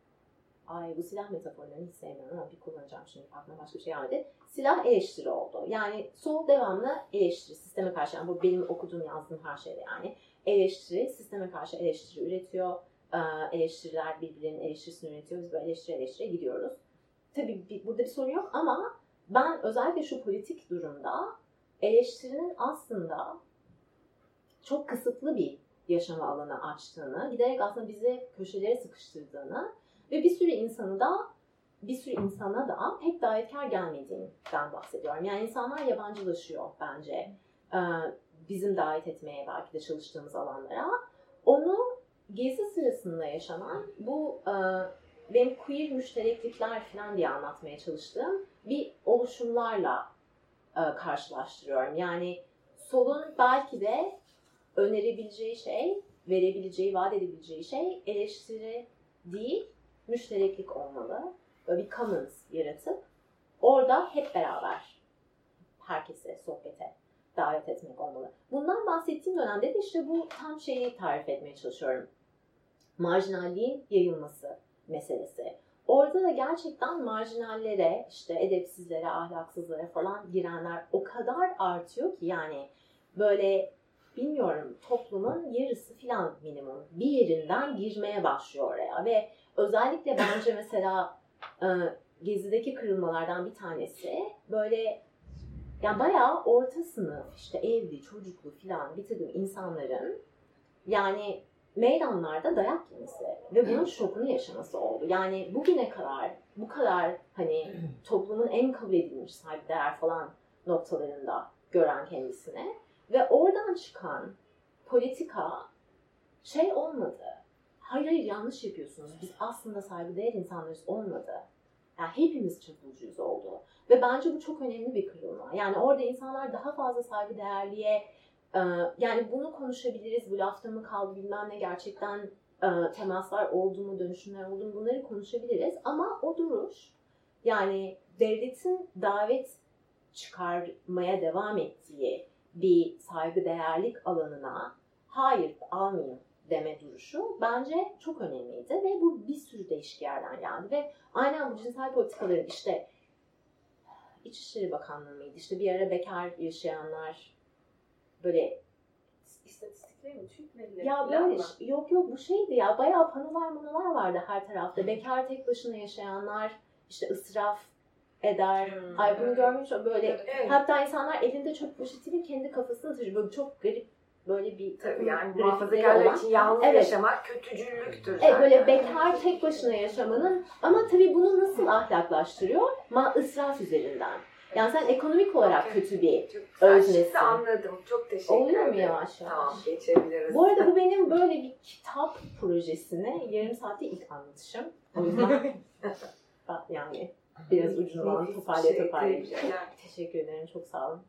S3: ay bu silah metaforlarını hiç sevmiyorum ama bir kullanacağım şimdi, aklıma başka bir şey gelmedi. Silah eleştiri oldu. Yani sol devamlı eleştiri, sisteme karşı, yani bu benim okuduğum, yazdığım her şeyde yani. Eleştiri, sisteme karşı eleştiri üretiyor. Eleştiriler birbirlerinin eleştirisini üretiyor. Biz böyle eleştiri eleştiriye gidiyoruz. Tabii bir, burada bir sorun yok ama ben özellikle şu politik durumda eleştirinin aslında çok kısıtlı bir yaşama alanı açtığını, giderek aslında bizi köşelere sıkıştırdığını ve bir sürü insanı da bir sürü insana da pek davetkar gelmediğinden bahsediyorum. Yani insanlar yabancılaşıyor bence bizim davet etmeye belki de çalıştığımız alanlara. Onu gezi sırasında yaşanan bu benim queer müştereklikler falan diye anlatmaya çalıştığım bir oluşumlarla karşılaştırıyorum. Yani solun belki de önerebileceği şey, verebileceği, vaat edebileceği şey eleştiri değil, müştereklik olmalı. Böyle bir commons yaratıp orada hep beraber herkese sohbete davet etmek olmalı. Bundan bahsettiğim dönemde de işte bu tam şeyi tarif etmeye çalışıyorum. Marjinalliğin yayılması meselesi. Orada da gerçekten marjinallere, işte edepsizlere, ahlaksızlara falan girenler o kadar artıyor ki yani böyle bilmiyorum toplumun yarısı falan minimum bir yerinden girmeye başlıyor oraya ve özellikle bence mesela e, Gezi'deki kırılmalardan bir tanesi böyle yani bayağı orta sınıf işte evli, çocuklu falan bir takım insanların yani meydanlarda dayak yemesi ve bunun şokunu yaşaması oldu. Yani bugüne kadar bu kadar hani toplumun en kabul edilmiş saygıdeğer falan noktalarında gören kendisine ve oradan çıkan politika şey olmadı. Hayır hayır yanlış yapıyorsunuz. Biz aslında saygıdeğer insanlarız olmadı. Yani hepimiz çapulcuyuz oldu. Ve bence bu çok önemli bir kırılma. Yani orada insanlar daha fazla saygıdeğerliğe yani bunu konuşabiliriz, bu lafta mı kaldı bilmem ne gerçekten e, temaslar oldu mu, dönüşümler oldu mu bunları konuşabiliriz. Ama o duruş, yani devletin davet çıkarmaya devam ettiği bir saygıdeğerlik alanına hayır almayayım deme duruşu bence çok önemliydi ve bu bir sürü değişik yerden geldi ve aynen bu cinsel politikaların işte İçişleri Bakanlığı mıydı? İşte bir ara bekar yaşayanlar böyle
S8: istatistikleri mi? Türk verileri
S3: ya
S8: falan
S3: böyle
S8: mı?
S3: yok yok bu şeydi ya bayağı panolar manolar vardı her tarafta. Bekar tek başına yaşayanlar işte israf eder.
S8: Hmm.
S3: Ay bunu görmüş böyle
S5: Evet.
S3: hatta insanlar elinde çöp poşetiyle kendi kafasına taşıyor. Böyle çok garip böyle bir
S5: Tabii
S3: takım
S5: yani
S3: grafikleri
S5: muhafazakarlar
S3: olan.
S5: için yalnız
S3: Evet.
S5: yaşamak kötücüllüktür zaten.
S3: Evet böyle bekar tek başına yaşamanın ama tabii bunu nasıl ahlaklaştırıyor? Ma israf üzerinden. Yani sen ekonomik olarak
S5: Okay.
S3: kötü bir
S5: Çok güzel.
S3: öznesin.
S5: Şimdi anladım. Çok teşekkür ederim.
S3: Oluyor mu yavaş yavaş?
S5: Tamam geçebiliriz.
S3: Bu arada bu benim böyle bir kitap projesine yarım saatte ilk anlatışım. O yüzden ben yani biraz ucundan
S5: Nefis bir
S3: toparlaya
S5: şey,
S3: toparlayayım.
S5: tebrikler.
S3: Teşekkür ederim. Çok sağ olun.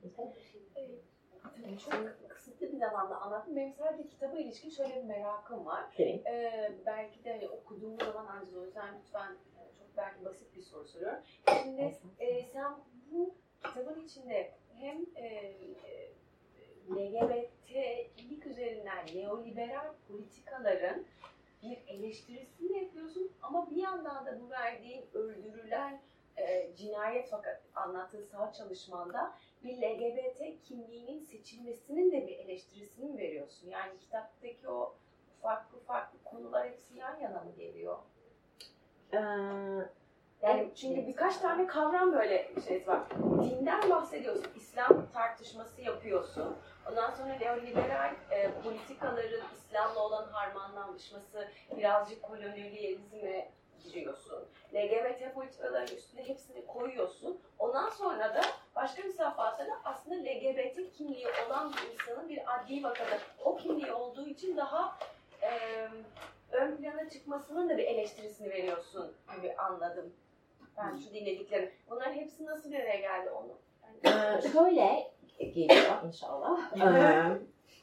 S8: Tabii çok kısıtlı bir zamanda anlattım. Benim sadece kitaba ilişkin şöyle bir merakım var.
S3: Benim.
S8: Ee, belki de hani okuduğum zaman ancak o yüzden lütfen e, çok belki basit bir soru soruyorum. Şimdi e, sen bu kitabın içinde hem e, e, L G B T'lik üzerinden neoliberal politikaların bir eleştirisini yapıyorsun ama bir yandan da bu verdiğin öldürülen e, cinayet fakat anlattığı sağ çalışmanda bir L G B T kimliğinin seçilmesinin de bir eleştirisini mi veriyorsun? Yani kitaptaki o farklı farklı konular hepsi yan yana mı geliyor?
S3: Ee,
S8: Yani çünkü birkaç tane kavram böyle şey var. Dinden bahsediyorsun, İslam tartışması yapıyorsun. Ondan sonra neoliberal e, politikaların İslam'la olan harmanlanmışması, birazcık kolonyalizme giriyorsun. L G B T politikaların üstüne hepsini koyuyorsun. Ondan sonra da başka bir safhada da aslında L G B T kimliği olan bir insanın bir adli vakada o kimliği olduğu için daha e, ön plana çıkmasının da bir eleştirisini veriyorsun gibi anladım. Ben şu dinlediklerim. Bunların hepsi nasıl bir araya geldi onu? Yani...
S3: Ee, şöyle geliyor inşallah. Ee,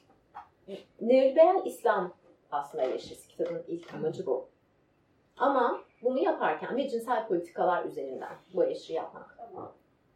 S3: neoliberal İslam aslında eleştirisi. Kitabın ilk amacı bu. Ama bunu yaparken ve cinsel politikalar üzerinden bu eleştiri yapmak.
S8: Tamam.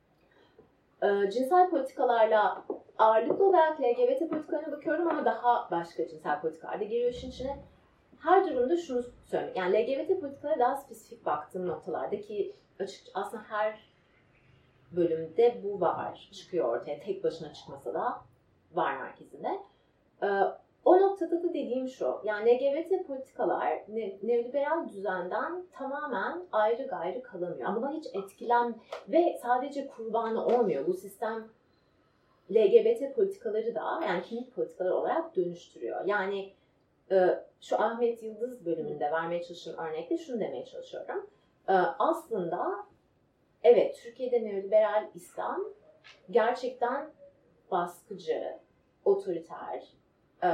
S3: Ee, cinsel politikalarla ağırlıklı olarak L G B T politikalarına bakıyorum ama daha başka cinsel politikalar da giriyor işin içine. Her durumda şunu söyleyeyim. Yani L G B T politikalara daha spesifik baktığım noktalarda ki açık, aslında her bölümde bu var. Çıkıyor ortaya. Tek başına çıkmasa da var merkezinde. Ee, o noktada da dediğim şu. Yani L G B T politikalar ne, neoliberal düzenden tamamen ayrı gayrı kalamıyor. Ama buna hiç etkilen ve sadece kurbanı olmuyor. Bu sistem L G B T politikaları da yani kimlik politikaları olarak dönüştürüyor. Yani e, şu Ahmet Yıldız bölümünde vermeye çalıştığım örnekte şunu demeye çalışıyorum. E, aslında evet Türkiye'de neoliberal İslam gerçekten baskıcı, otoriter, e,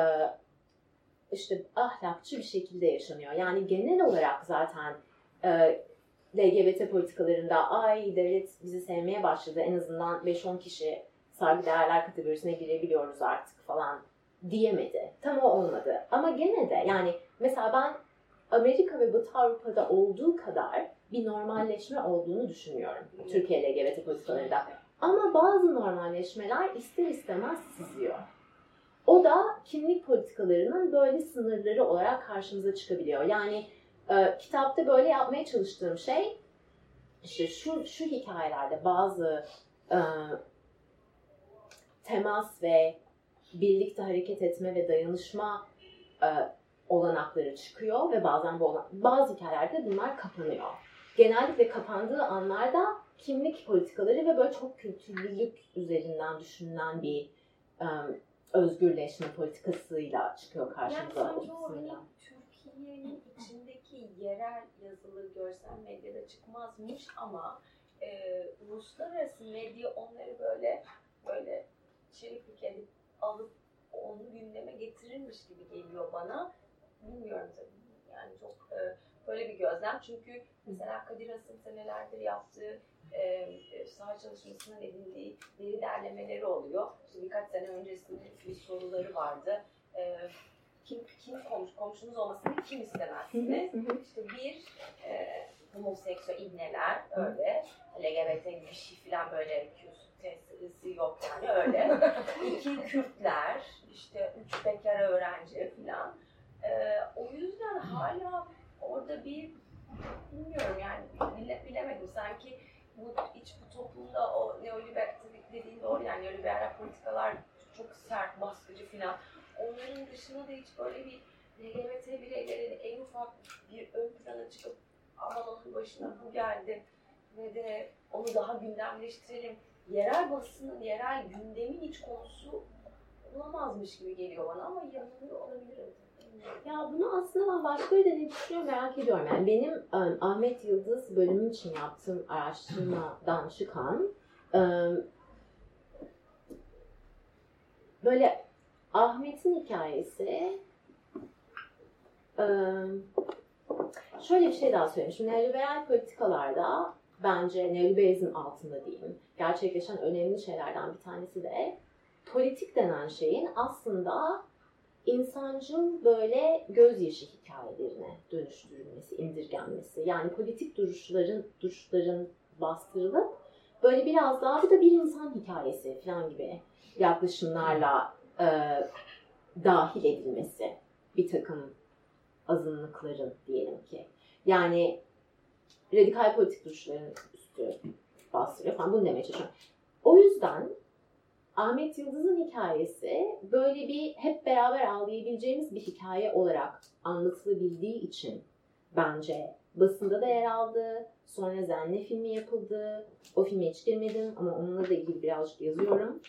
S3: işte ahlakçı bir şekilde yaşanıyor. Yani genel olarak zaten e, L G B T politikalarında ay devlet bizi sevmeye başladı en azından beş on kişi saygıdeğerler kategorisine girebiliyoruz artık falan diyemedi. Tam o olmadı. Ama gene de yani mesela ben Amerika ve Batı Avrupa'da olduğu kadar bir normalleşme olduğunu düşünüyorum. Türkiye L G B T politikalarında. Ama bazı normalleşmeler ister istemez sızıyor. O da kimlik politikalarının böyle sınırları olarak karşımıza çıkabiliyor. Yani e, kitapta böyle yapmaya çalıştığım şey işte şu, şu hikayelerde bazı e, temas ve birlikte hareket etme ve dayanışma e, olanakları çıkıyor ve bazen bu olan, bazı hikayelerde bunlar kapanıyor. Genellikle kapandığı anlarda kimlik politikaları ve böyle çok kültürlülük üzerinden düşünülen bir e, özgürleşme politikasıyla çıkıyor karşımıza.
S8: Yani sanki o hani Türkiye'nin içindeki yerel yazılı görsel medyada çıkmazmış ama e, uluslararası medya onları böyle böyle çeviklik edip alıp onu gündeme getirirmiş gibi geliyor bana. Bilmiyorum tabii. Yani çok e, böyle bir gözlem. Çünkü mesela Kadir Has'ın senelerdir yaptığı e, saha çalışmasının edindiği veri derlemeleri oluyor. İşte birkaç sene öncesinde bir soruları vardı. E, kim kim komşu, komşunuz olmasını kim istemezsiniz? İşte bir e, homoseksüel ibneler öyle, L G B T bir şey falan böyle Q'si yok yani öyle. İki Kürtler, işte üç bekar öğrenci falan. E, o yüzden hala orada bir bilmiyorum yani bile, bilemedim sanki bu iç bu toplumda o neoliberal dediğin doğru yani neoliberal politikalar çok sert, baskıcı falan. Onların dışında da hiç böyle bir L G B T bireylerin en ufak bir ön plana çıkıp aman onun başına bu geldi ve de onu daha gündemleştirelim. Yerel basının, yerel gündemin iç konusu olamazmış gibi geliyor bana ama yanılıyor olabilirim.
S3: Ya bunu aslında ben başka bir deneyim düşünüyorum, merak ediyorum. Yani benim um, Ahmet Yıldız bölümüm için yaptığım araştırmadan çıkan um, böyle Ahmet'in hikayesi um, şöyle bir şey daha söyleyeyim. Şimdi neoliberal politikalarda bence neoliberalizm altında diyeyim gerçekleşen önemli şeylerden bir tanesi de politik denen şeyin aslında insancıl böyle gözyaşı hikayelerine dönüştürülmesi, indirgenmesi. Yani politik duruşların duruşların bastırılıp böyle biraz daha bu da bir insan hikayesi falan gibi yaklaşımlarla e, dahil edilmesi bir takım azınlıkların diyelim ki. Yani radikal politik duruşların üstü bastırıyor falan bunu demeye çalışıyorum. O yüzden Ahmet Yıldız'ın hikayesi böyle bir hep beraber ağlayabileceğimiz bir hikaye olarak anlatılabildiği için bence basında da yer aldı. Sonra Zenne filmi yapıldı. O filme hiç girmedim ama onunla da ilgili birazcık yazıyorum.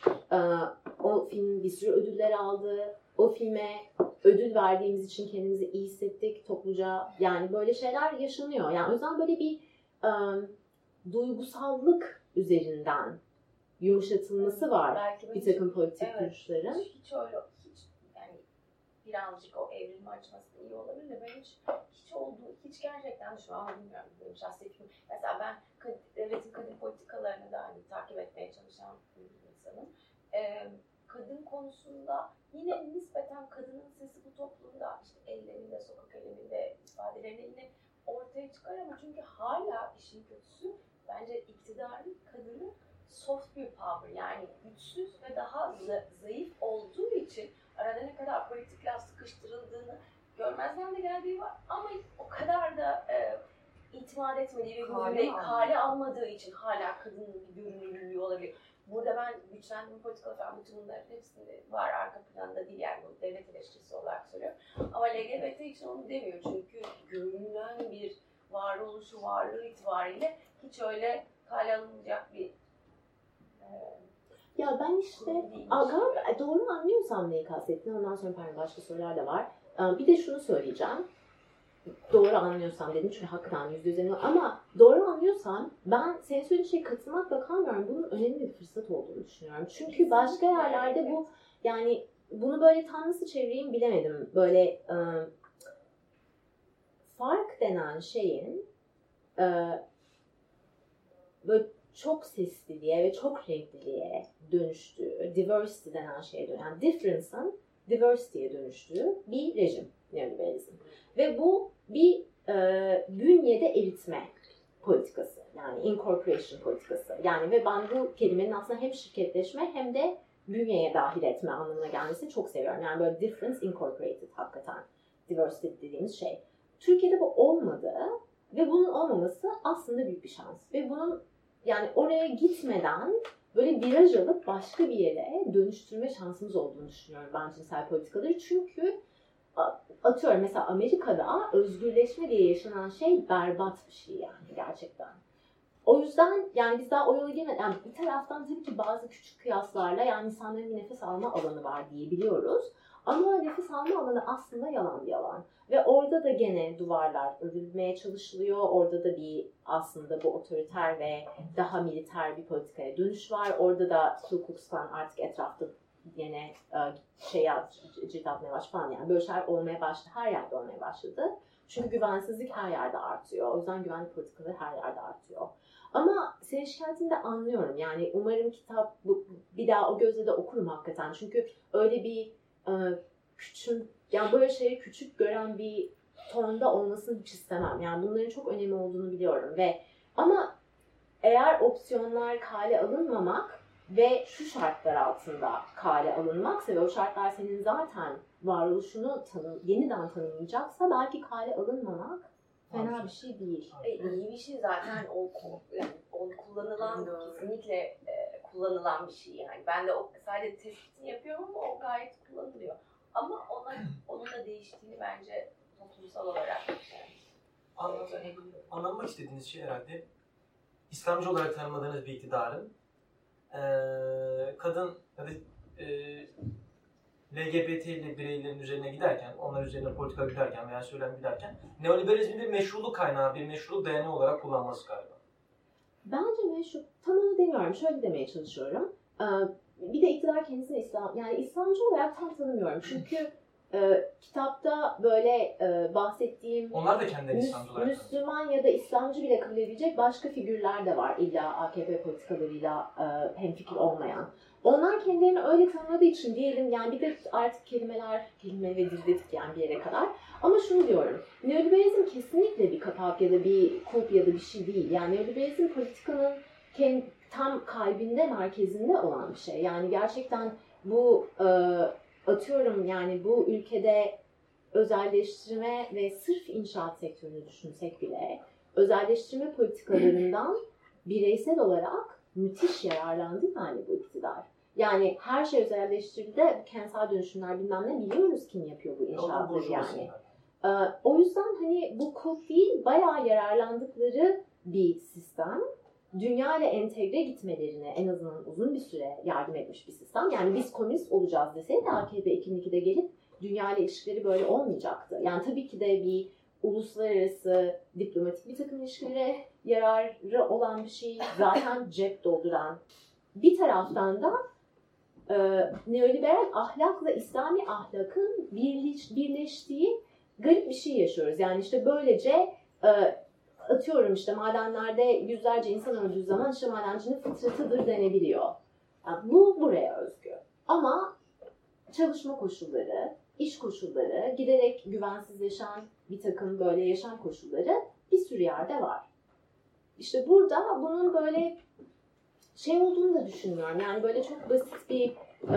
S3: O film bir sürü ödüller aldı. O filme ödül verdiğimiz için kendimizi iyi hissettik topluca. Yani böyle şeyler yaşanıyor. Yani o yüzden böyle bir um, duygusallık üzerinden yumuşatılması var
S8: belki
S3: bir takım politik
S8: evet,
S3: duruşların.
S8: Hiç, hiç öyle, hiç yani birazcık o evrilme açması iyi olabilir de ben hiç hiç olduğu, hiç gerçekten şu an bilmiyorum benim şahsi fikrim. Mesela ben devletin kadın politikalarını da hani takip etmeye çalışan bir insanım. Ee, kadın konusunda yine nispeten kadının sesi bu toplumda işte ellerinde, sokak ellerinde ifadelerinde yine ortaya çıkar ama çünkü hala işin kötüsü bence iktidarın kadını soft bir power yani güçsüz ve daha zayıf olduğu için arada ne kadar politikler sıkıştırıldığını görmezden de geldiği var ama o kadar da e, itimat etmediği ve gözünde kale almadığı için hala kadının bir görünürlüğü olabilir. Burada ben güçlendirme politikaları falan bütün bunların hepsinde var arka planda değil yani bu devlet eleştirisi olarak söylüyorum. Ama L G B T için onu demiyor çünkü görünen bir varoluşu varlığı itibariyle hiç öyle kale alınacak bir
S3: ya ben işte galiba doğru anlıyorsam neyi kastettiğini ondan sonra pardon başka sorular da var. Bir de şunu söyleyeceğim. Doğru anlıyorsam dedim çünkü hakikaten yüzde yüz eminim ama doğru anlıyorsam ben senin söylediğin şeye katılmakla kalmıyorum. Bunun önemli bir fırsat olduğunu düşünüyorum. Çünkü başka yerlerde bu yani bunu böyle tam nasıl çevireyim bilemedim. Böyle ıı, fark denen şeyin ıı, böyle çok sesliliğe ve çok renkliliğe dönüştüğü, diversity denen şeye dönüştüğü, yani difference'ın diversity'ye dönüştüğü bir rejim neoliberalizm. Ve bu bir e, bünyede eritme politikası, yani incorporation politikası. Yani ve ben bu kelimenin aslında hem şirketleşme hem de bünyeye dahil etme anlamına gelmesini çok seviyorum. Yani böyle difference incorporated hakikaten diversity dediğimiz şey. Türkiye'de bu olmadı ve bunun olmaması aslında büyük bir şans. Ve bunun yani oraya gitmeden böyle viraj alıp başka bir yere dönüştürme şansımız olduğunu düşünüyorum ben cinsel politikaları. Çünkü atıyorum mesela Amerika'da özgürleşme diye yaşanan şey berbat bir şey yani gerçekten. O yüzden yani biz daha o yola girmedik. Yani bir taraftan tabii ki bazı küçük kıyaslarla yani insanların bir nefes alma alanı var diyebiliyoruz. Ama nefes alma alanı aslında yalan bir alan. Ve orada da gene duvarlar örülmeye çalışılıyor. Orada da bir aslında bu otoriter ve daha militer bir politikaya dönüş var. Orada da Ku Klux Klan artık etrafta yine şey cilt atmaya başladı falan yani böyle şeyler olmaya başladı. Her yerde olmaya başladı. Çünkü güvensizlik her yerde artıyor. O yüzden güvenlik politikaları her yerde artıyor. Ama senin şikayetini de anlıyorum. Yani umarım kitap bu, bir daha o gözle de okurum hakikaten. Çünkü öyle bir e, küçüm, yani böyle şeyi küçük gören bir tonda olmasını hiç istemem. Yani bunların çok önemli olduğunu biliyorum ve ama eğer opsiyonlar kale alınmamak ve şu şartlar altında kale alınmaksa ve o şartlar senin zaten varoluşunu tanı, yeniden tanımlayacaksa belki kale alınmamak fena bir şey değil.
S8: E, iyi bir şey zaten o, yani, o kullanılan kesinlikle e, kullanılan bir şey yani. Ben de o sadece tespitini yapıyorum ama o gayet kullanılıyor. Ama ona onun da değiştiğini bence toplumsal olarak yani.
S4: Anlam, anlamak istediğiniz şey herhalde İslamcı olarak tanımadığınız bir iktidarın e, kadın ya da e, L G B T'li bireylerin üzerine giderken, onlar üzerine politika giderken veya söylem giderken neoliberalizmin bir meşruluk kaynağı, bir meşruluk dayanağı olarak kullanması galiba.
S3: Bence meşru, tam onu demiyorum. Şöyle demeye çalışıyorum. Ee, bir de iktidar kendisini İslam, yani İslamcı olarak tam tanımıyorum. Çünkü e, kitapta böyle e, bahsettiğim
S4: Onlar da kendileri
S3: Müs-
S4: İslamcı olarak
S3: Müslüman ya da İslamcı bile kabul edilecek başka figürler de var. İlla A K P politikalarıyla e, hemfikir olmayan. Onlar kendilerini öyle tanımladığı için diyelim yani bir de artık kelimeler, kelime ve dil dedik yani bir yere kadar. Ama şunu diyorum, neoliberalizm kesinlikle bir kapak ya da bir kulp ya da bir şey değil. Yani neoliberalizm politikanın kendi, tam kalbinde, merkezinde olan bir şey. Yani gerçekten bu e, atıyorum yani bu ülkede özelleştirme ve sırf inşaat sektörünü düşünsek bile özelleştirme politikalarından bireysel olarak müthiş yararlandı yani bu iktidar. Yani her şey özelleştirildi, kentsel dönüşümler bilmem ne biliyoruz kim yapıyor bu inşaatları yani. Ee, o yüzden hani bu kod değil, bayağı yararlandıkları bir sistem. Dünya ile entegre gitmelerine en azından uzun bir süre yardım etmiş bir sistem. Yani biz komünist olacağız deseydi A K P iki bin ikide gelip dünya ile ilişkileri böyle olmayacaktı. Yani tabii ki de bir uluslararası diplomatik bir takım ilişkilere yararı olan bir şey, zaten cep dolduran. Bir taraftan da e, neoliberal ahlakla İslami ahlakın birleş, birleştiği garip bir şey yaşıyoruz. Yani işte böylece e, atıyorum işte madenlerde yüzlerce insan öldüğü zaman işte madencinin fıtratıdır denebiliyor. Yani bu buraya özgü. Ama çalışma koşulları, iş koşulları, giderek güvensizleşen bir takım böyle yaşam koşulları bir sürü yerde var. İşte burada bunun böyle şey olduğunu da düşünmüyorum. Yani böyle çok basit bir e,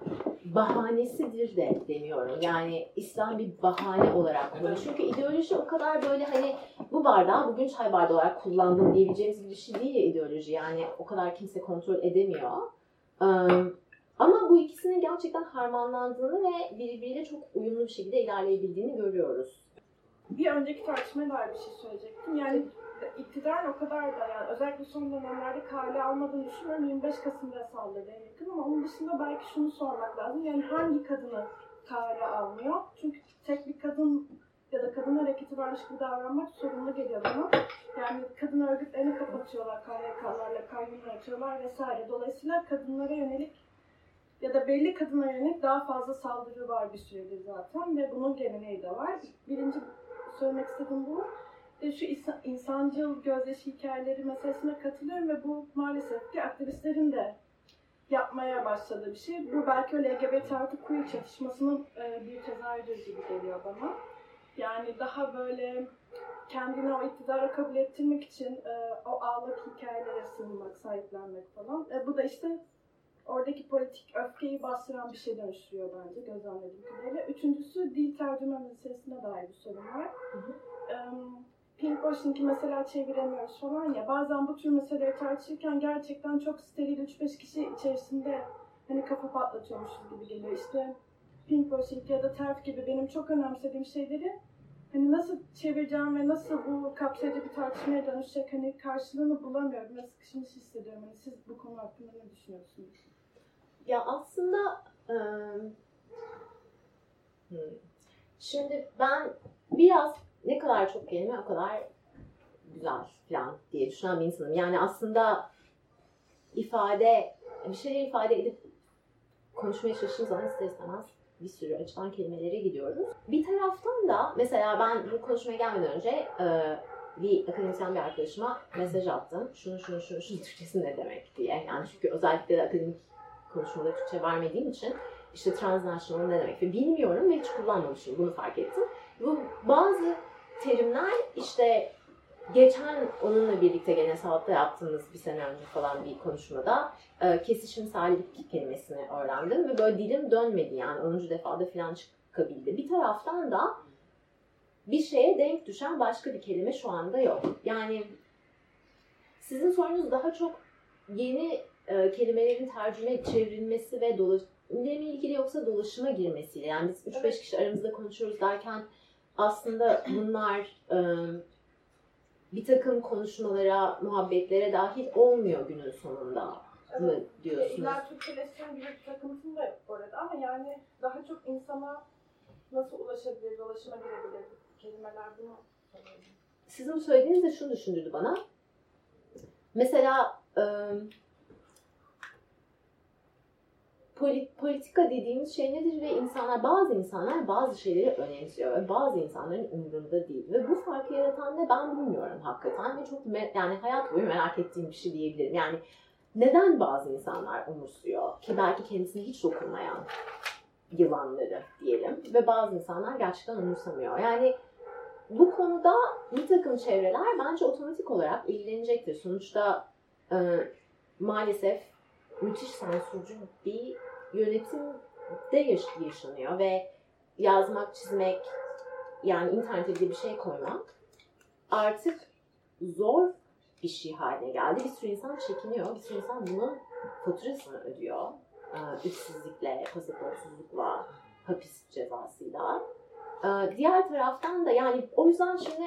S3: bahanesidir de demiyorum. Yani İslam bir bahane olarak kullanıyor. Çünkü ideoloji o kadar böyle hani bu bardağı bugün çay bardağı olarak kullandım diyebileceğimiz bir şey değil ya ideoloji. Yani o kadar kimse kontrol edemiyor. E, ama bu ikisinin gerçekten harmanlandığını ve birbiriyle çok uyumlu bir şekilde ilerleyebildiğini görüyoruz.
S2: Bir önceki tartışmaya dair bir şey söyleyecektim. Yani iktidar o kadar da yani özellikle son dönemlerde kale almadığını düşünüyorum. yirmi beş Kasım'da saldırıya yakın ama onun dışında belki şunu sormak lazım. Yani hangi kadını kale almıyor? Çünkü tek bir kadın ya da kadın hareketi varmış gibi davranmak sorunlu geliyor bana. Yani kadın örgütlerini kapatıyorlar, K Y K'larla kayyumlar açıyorlar vesaire. Dolayısıyla kadınlara yönelik ya da belli kadınlara yönelik daha fazla saldırı var bir süredir zaten ve bunun geleneği de var. Birinci söylemek istediğim bu. Şu insancıl gözyaşı hikayeleri meselesine katılıyorum ve bu maalesef ki aktivistlerin de yapmaya başladığı bir şey. Bu belki o L G B T artı queer çatışmasının bir tezahürü gibi geliyor bana. Yani daha böyle kendini o iktidara kabul ettirmek için o ağlak hikayelere sığınmak, sahiplenmek falan. Bu da işte oradaki politik öfkeyi bastıran bir şey dönüştürüyor bence gözlemlediğim kadarıyla. Üçüncüsü dil tercüme meselesine dair bir sorun var. Hı hı. Um, Pinkwashing'i mesela çeviremiyoruz falan ya. Bazen bu tür meseleleri tartışırken gerçekten çok steril üç beş kişi içerisinde hani kafa patlatıyormuşuz gibi geliyor. İşte pinkwashing ya da terf gibi benim çok önemsediğim şeyleri hani nasıl çevireceğim ve nasıl bu kapsayıcı bir tartışmaya dönüşecek hani karşılığını bulamıyorum ve sıkışmış hissediyorum. Hani siz bu konu hakkında ne düşünüyorsunuz?
S3: Ya aslında ıı, hmm. şimdi ben biraz ne kadar çok kelime o kadar güzel falan diye düşünen bir insanım. Yani aslında ifade, bir şeyleri ifade edip konuşmaya çalıştığım zaman ister istemez bir sürü açılan kelimelere gidiyoruz. Bir taraftan da mesela ben bu konuşmaya gelmeden önce e, bir akademisyen bir arkadaşıma mesaj attım. Şunu şunu şunu şunu Türkçesi ne demek diye. Yani çünkü özellikle de akademik konuşmaları Türkçe vermediğim için işte transnational ne demek ve bilmiyorum ve hiç kullanmamışım, bunu fark ettim. Bu bazı terimler işte geçen onunla birlikte gene Saat'ta yaptığımız bir sene önce falan bir konuşmada e, kesişimsellik kelimesini öğrendim ve böyle dilim dönmedi yani onuncu defada falan çıkabildi. Bir taraftan da bir şeye denk düşen başka bir kelime şu anda yok. Yani sizin sorunuz daha çok yeni e, kelimelerin tercüme çevrilmesi ve dolaş ile mi ilgili yoksa dolaşıma girmesiyle. Yani biz üç beş evet. kişi aramızda konuşuyoruz derken aslında bunlar e, bir takım konuşmalara, muhabbetlere dahil olmuyor günün sonunda evet. mı diyorsunuz?
S2: İlla Türkçeleştiren gibi bir takıntım da yok bu arada ama yani daha çok insana nasıl ulaşabilir, dolaşıma girebilir kelimeler bunu söylüyorum.
S3: Sizin söylediğiniz de şunu düşündürdü bana. Mesela e, politika dediğimiz şey nedir ve insanlar, bazı insanlar bazı şeyleri önemsiyor ve bazı insanların umurunda değil ve bu farkı yaratan ne ben bilmiyorum hakikaten ve çok me- yani hayat boyu merak ettiğim bir şey diyebilirim. Yani neden bazı insanlar umursuyor ki belki kendisine hiç dokunmayan yılanları diyelim ve bazı insanlar gerçekten umursamıyor. Yani bu konuda bir takım çevreler bence otomatik olarak ilgilenecektir. Sonuçta e, maalesef müthiş sansürcü bir yönetimde yaşanıyor ve yazmak, çizmek, yani internete bir şey koymak artık zor bir şey haline geldi. Bir sürü insan çekiniyor, bir sürü insan bunun faturasını ödüyor. Ee, işsizlikle, pasaportsuzlukla, hapis cezasıyla. Ee, diğer taraftan da yani o yüzden şimdi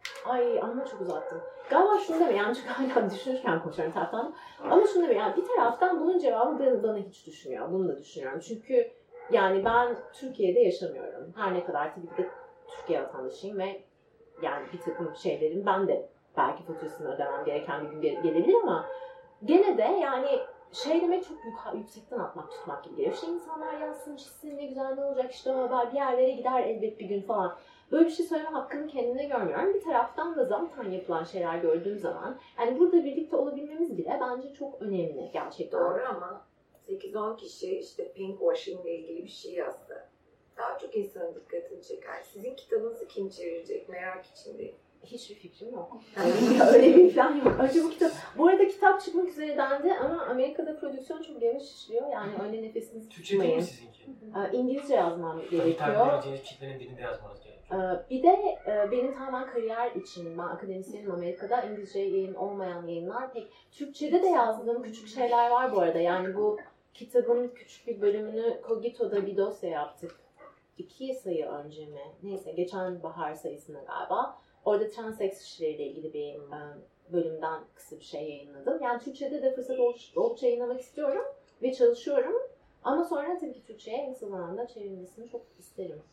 S3: ay ama çok uzattım. Galiba şunu deme yani çünkü hala düşünürken koşuyorum taraftan. Ama şunu deme yani bir taraftan bunun cevabı bana, bana hiç düşmüyor. Bunu da düşünüyorum. Çünkü yani ben Türkiye'de yaşamıyorum. Her ne kadar tabii ki de Türkiye vatandaşıyım ve yani bir takım şeylerin ben de belki faturasını ödemem gereken bir gün gelebilir ama gene de yani şey demek çok yuk- yüksekten atmak tutmak gibi geliyor. İşte insanlar yazsın, çizsin, ne güzel ne olacak işte o haber bir yerlere gider elbet bir gün falan. Böyle bir şey söyleme hakkını kendine görmüyorum. Bir taraftan da zaten yapılan şeyler gördüğüm zaman yani burada birlikte olabilmemiz bile bence çok önemli gerçekten.
S5: Doğru ama sekiz on kişi işte pink washing ile ilgili bir şey yazdı. Daha çok insanın dikkatini çeker. Sizin kitabınızı kim çevirecek merak içindeyim.
S3: Hiçbir fikrim yok. Yani öyle bir plan yok. Önce bu kitap, bu arada kitap çıkmak üzere dendi ama Amerika'da prodüksiyon çok yavaş işliyor. Yani öyle nefesinizi
S4: Türkçe değil mi sizinki?
S3: İngilizce yazmam gerekiyor.
S4: Hitap edeceğiniz kitlenin dilinde yazmanız gerekiyor.
S3: Bir de benim tamamen kariyer için, ben akademisyenim Amerika'da, İngilizce yayın olmayan yayınlar pek. Türkçe'de de yazdığım küçük şeyler var bu arada. Yani bu kitabın küçük bir bölümünü Cogito'da bir dosya yaptık. İki sayı önce mi? Neyse geçen bahar sayısında galiba. Orada transeks işleriyle ilgili bir bölümden kısa bir şey yayınladım. Yani Türkçe'de de fırsat oldukça yayınlamak istiyorum ve çalışıyorum. Ama sonra tabii ki Türkçe'ye en kısa zamanda çevrilmesini çok isterim.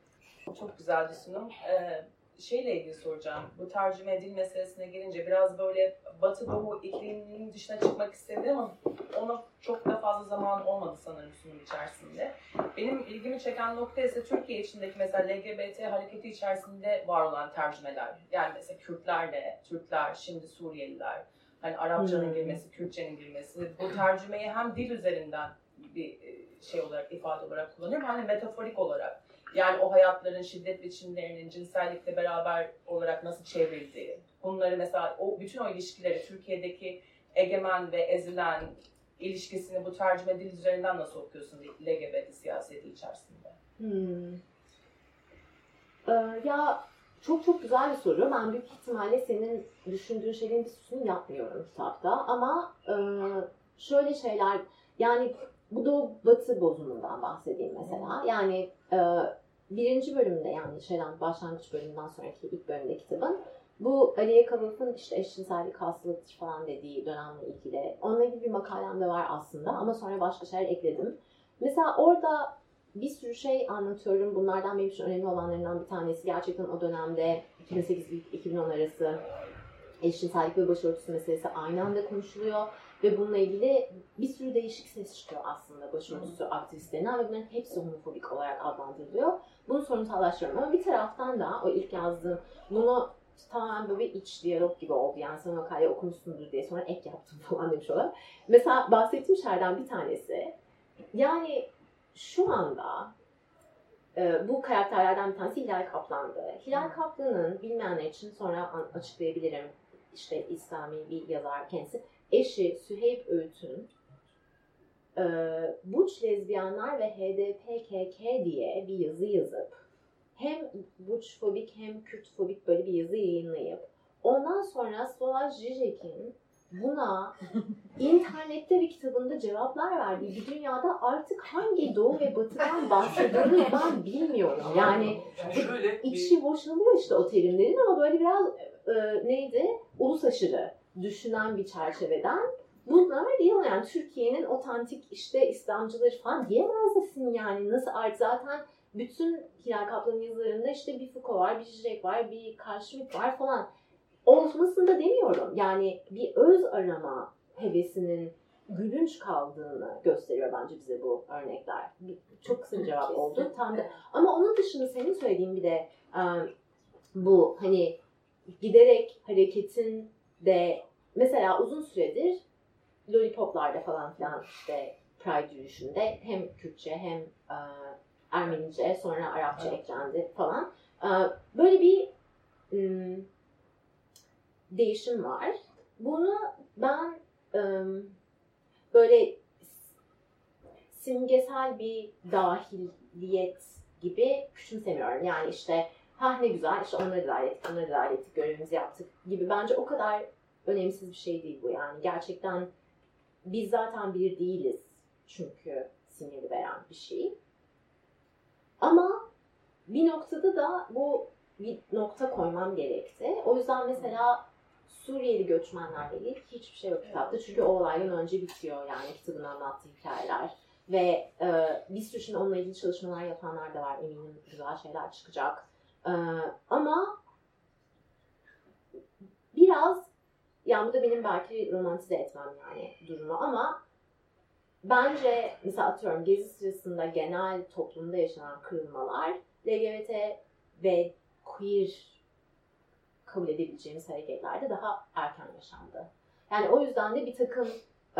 S9: Çok güzel bir sunum. Ee, şeyle ilgili soracağım. Bu tercüme edil meselesine gelince biraz böyle Batı Doğu ikliminin dışına çıkmak istedim ama ona çok da fazla zaman olmadı sanırım sunum içerisinde. Benim ilgimi çeken nokta ise Türkiye içindeki mesela L G B T hareketi içerisinde var olan tercümeler. Yani mesela Kürtlerle, Türkler, şimdi Suriyeliler. Hani Arapçanın hmm. girmesi, Kürtçenin girmesi. Bu tercümeyi hem dil üzerinden bir şey olarak, ifade olarak kullanıyorum hem de metaforik olarak. Yani o hayatların şiddet biçimlerinin cinsellikle beraber olarak nasıl çevrildiği, bunları mesela o bütün o ilişkileri Türkiye'deki egemen ve ezilen ilişkisini bu tercüme dil üzerinden nasıl okuyorsun L G B T siyaseti içerisinde?
S3: Hmm. Ee, ya çok çok güzel bir soru. Ben büyük ihtimalle senin düşündüğün şeylerin bir sürüsünü yapmıyorum kitapta ama e, şöyle şeyler yani bu Doğu Batı bozumundan bahsedeyim mesela. Yani e, birinci bölümde yani şeyden başlangıç bölümünden sonraki ilk bölümde kitabın bu Aliye Kavaf'ın işte eşcinsellik hastalıktır falan dediği dönemle ilgili onunla ilgili bir makalem de var aslında ama sonra başka şeyler ekledim. Mesela orada bir sürü şey anlatıyorum. Bunlardan benim için önemli olanlarından bir tanesi gerçekten o dönemde iki bin sekiz iki bin on arası eşcinsellik ve başörtüsü meselesi aynı anda konuşuluyor. Ve bununla ilgili bir sürü değişik ses çıkıyor aslında başörtüsü aktivistlerinden ve bunların hepsi homofobik olarak adlandırılıyor. Bunu sorunsallaştırıyorum ama bir taraftan da o ilk yazdığım bunu tamamen böyle bir iç diyalog gibi oldu. Yani sen makale okumuşsundur diye sonra ek yaptım falan demiş olarak. Mesela bahsettiğim şeylerden bir tanesi yani şu anda e, bu karakterlerden bir tanesi Hilal Kaplan'dı. Hilal Kaplan'ın, bilmeyenler için sonra açıklayabilirim, işte İslami bir yazar kendisi. Eşi Süheyb Öğüt'ün e, Buç Lezbiyenler ve H D P K K diye bir yazı yazıp hem Buçfobik hem Kürtfobik böyle bir yazı yayınlayıp ondan sonra Solaj Zizek'in buna internette bir kitabında cevaplar verdiği bir dünyada artık hangi doğu ve batıdan bahsediyoruz ben bilmiyorum. Yani
S4: şöyle
S3: içi boşalıyor işte o terimlerin ama böyle biraz e, neydi? Ulus aşırı düşünen bir çerçeveden bunlar değil yani Türkiye'nin otantik işte İslamcıları falan diyemezsin yani nasıl artık zaten bütün Hilal Kaplan'ın yazılarında işte bir Foucault var, bir Zizek var, bir Carl Schmitt var falan. Olmasını da demiyorum. Yani bir öz arama hevesinin gülünç kaldığını gösteriyor bence bize bu örnekler. Çok kısa bir cevap oldu. Tam da. Ama onun dışında senin söylediğin bir de um, bu hani giderek hareketin de mesela uzun süredir Lollipop'larda falan filan işte Pride yürüyüşünde hem Kürtçe hem uh, Ermenice sonra Arapça eklendi falan. Uh, böyle bir um, değişim var. Bunu ben um, böyle simgesel bir dahiliyet gibi küçümsemiyorum. Yani işte ha ne güzel işte onları da ettik, onları da ettik, görevimizi yaptık gibi. Bence o kadar önemsiz bir şey değil bu yani. Gerçekten biz zaten bir değiliz çünkü sinyali veren bir şey. Ama bir noktada da bu bir nokta koymam gerekti. O yüzden mesela Suriyeli göçmenlerle ilgili hiçbir şey yok kitapta. Çünkü o olaydan önce bitiyor yani kitabın anlattığı hikayeler. Ve e, bir sürü şimdi onunla ilgili çalışmalar yapanlar da var. Eminim güzel şeyler çıkacak. E, ama biraz, yani bu da benim belki romantize etmem yani durumu ama bence mesela atıyorum Gezi sırasında genel toplumda yaşanan kırılmalar L G B T ve queer kabul edebileceğimiz hareketlerde daha erken yaşandı. Yani o yüzden de bir takım e,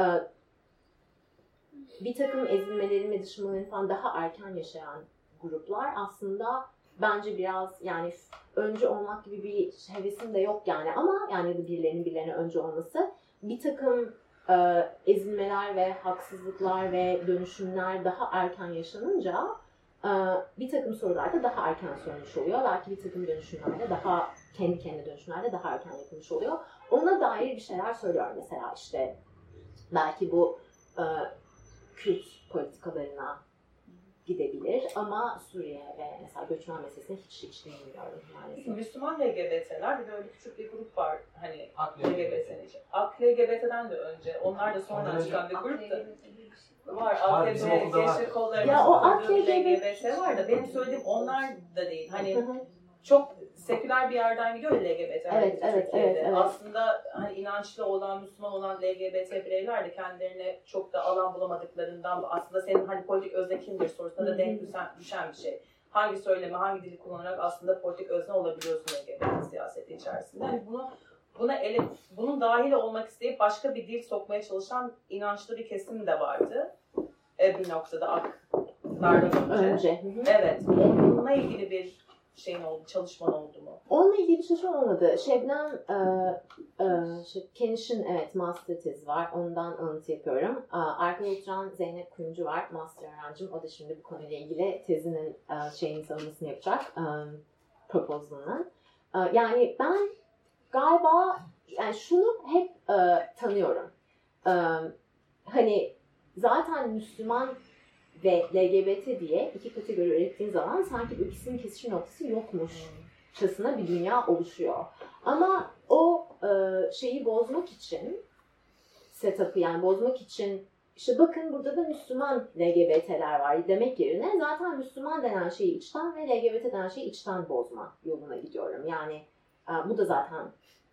S3: bir takım ezilmelerin ve dışılmaların falan daha erken yaşayan gruplar aslında bence biraz yani önce olmak gibi bir hevesim de yok yani ama yani da birilerinin birilerine önce olması bir takım e, ezilmeler ve haksızlıklar ve dönüşümler daha erken yaşanınca e, bir takım sorular da daha erken sorulmuş oluyor. Belki bir takım dönüşümlerde daha kendi kendine dönüşümlerde daha erken yapılmış oluyor. Ona dair bir şeyler söylüyor mesela işte belki bu e, Kürt politikalarına gidebilir ama Suriye ve mesela göçmen meselesine hiç hiç bilmiyorum maalesef.
S9: Müslüman L G B T'ler bir de öyle küçük bir grup var hani
S4: Ak
S9: L G B T'nin için. Ak L G B T'den de önce onlar da sonradan çıkan bir grup da var. Ak L G B T gençlik kollarının
S3: ya o Ak L
S9: G B T var da benim söylediğim onlar da değil. Hani çok seküler bir yerden gidiyor L G B T
S3: evet, evet,
S9: Türkiye'de.
S3: evet, evet.
S9: Aslında hani inançlı olan, Müslüman olan L G B T bireyler de kendilerine çok da alan bulamadıklarından aslında senin hani politik özne kimdir sorusuna da denk düşen, düşen bir şey. Hangi söylemi, hangi dili kullanarak aslında politik özne olabiliyorsun L G B T siyaseti içerisinde. Yani bunu buna ele, bunun dahil olmak isteyip başka bir dil sokmaya çalışan inançlı bir kesim de vardı. E, bir noktada aklardan önce.
S3: önce.
S9: Evet. Bununla ilgili bir şeyin oldu, çalışman oldu mu?
S3: Onunla ilgili bir çalışma olmadı. Şebnem e, e, şey, Keniş'in evet master tezi var. Ondan alıntı yapıyorum. E, arkada oturan Zeynep Kuyumcu var. Master öğrencim. O da şimdi bu konuyla ilgili tezinin e, şeyini savunmasını yapacak. E, proposalını. E, yani ben galiba yani şunu hep e, tanıyorum. E, hani zaten Müslüman ve L G B T diye iki kategori ürettiğin zaman sanki bu ikisinin kesişim noktası yokmuşçasına bir dünya oluşuyor. Ama o e, şeyi bozmak için, setup'ı yani bozmak için işte bakın burada da Müslüman L G B T'ler var demek yerine zaten Müslüman denen şeyi içten ve L G B T denen şeyi içten bozma yoluna gidiyorum. Yani e, bu da zaten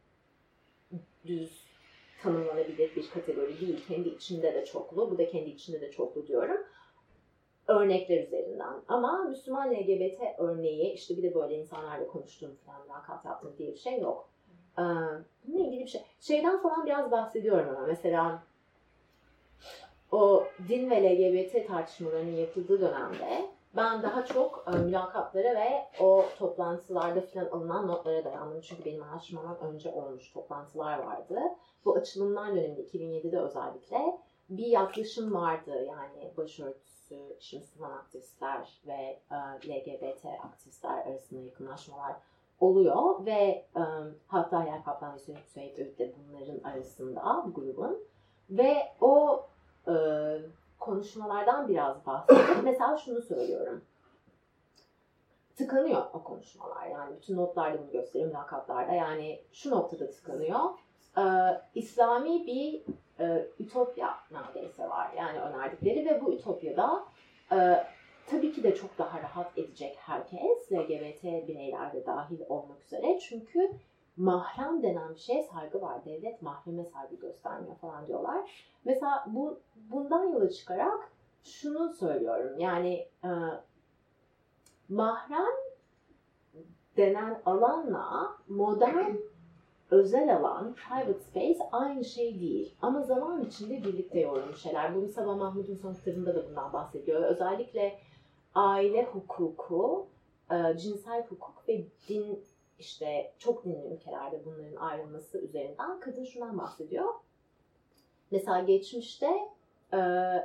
S3: düz tanımlanabilir bir kategori değil. Kendi içinde de çoklu, bu da kendi içinde de çoklu diyorum. Örnekler üzerinden. Ama Müslüman L G B T örneği, işte bir de böyle insanlarla konuştuğum falan, mülakat yaptığım diye bir şey yok. Ee, bununla ilgili bir şey. Şeyden falan biraz bahsediyorum ama mesela o din ve L G B T tartışmalarının yapıldığı dönemde ben daha çok e, mülakatlara ve o toplantılarda falan alınan notlara dayandım. Çünkü benim araştırmamdan önce olmuş toplantılar vardı. Bu açılımlar döneminde iki bin yedide özellikle bir yaklaşım vardı. Yani başörtüsü, işte Müslüman aktivistler ve e, L G B T aktivistler arasında yakınlaşmalar oluyor ve e, hatta Yer Kaplan ve Süheyb Öğüt de bunların arasında bu grubun ve o e, konuşmalardan biraz bahsedip mesela şunu söylüyorum. Tıkanıyor o konuşmalar. Yani bütün notlarda bunu gösteriyor, mülakatlarda. Yani şu noktada tıkanıyor. Ee, İslami bir e, ütopya neredeyse var. Yani önerdikleri ve bu ütopyada e, tabii ki de çok daha rahat edecek herkes. L G B T bireyler de dahil olmak üzere. Çünkü mahrem denen bir şeye saygı var. Devlet mahreme saygı göstermiyor falan diyorlar. Mesela bu bundan yola çıkarak şunu söylüyorum. Yani e, mahrem denen alanla modern özel alan, private space aynı şey değil. Ama zaman içinde birlikte yorulmuş şeyler. Bu Sabah Mahmud'un son kitabında da bundan bahsediyor. Özellikle aile hukuku, e, cinsel hukuk ve din, işte çok dinli ülkelerde bunların ayrılması üzerinden kadın şundan bahsediyor. Mesela geçmişte e,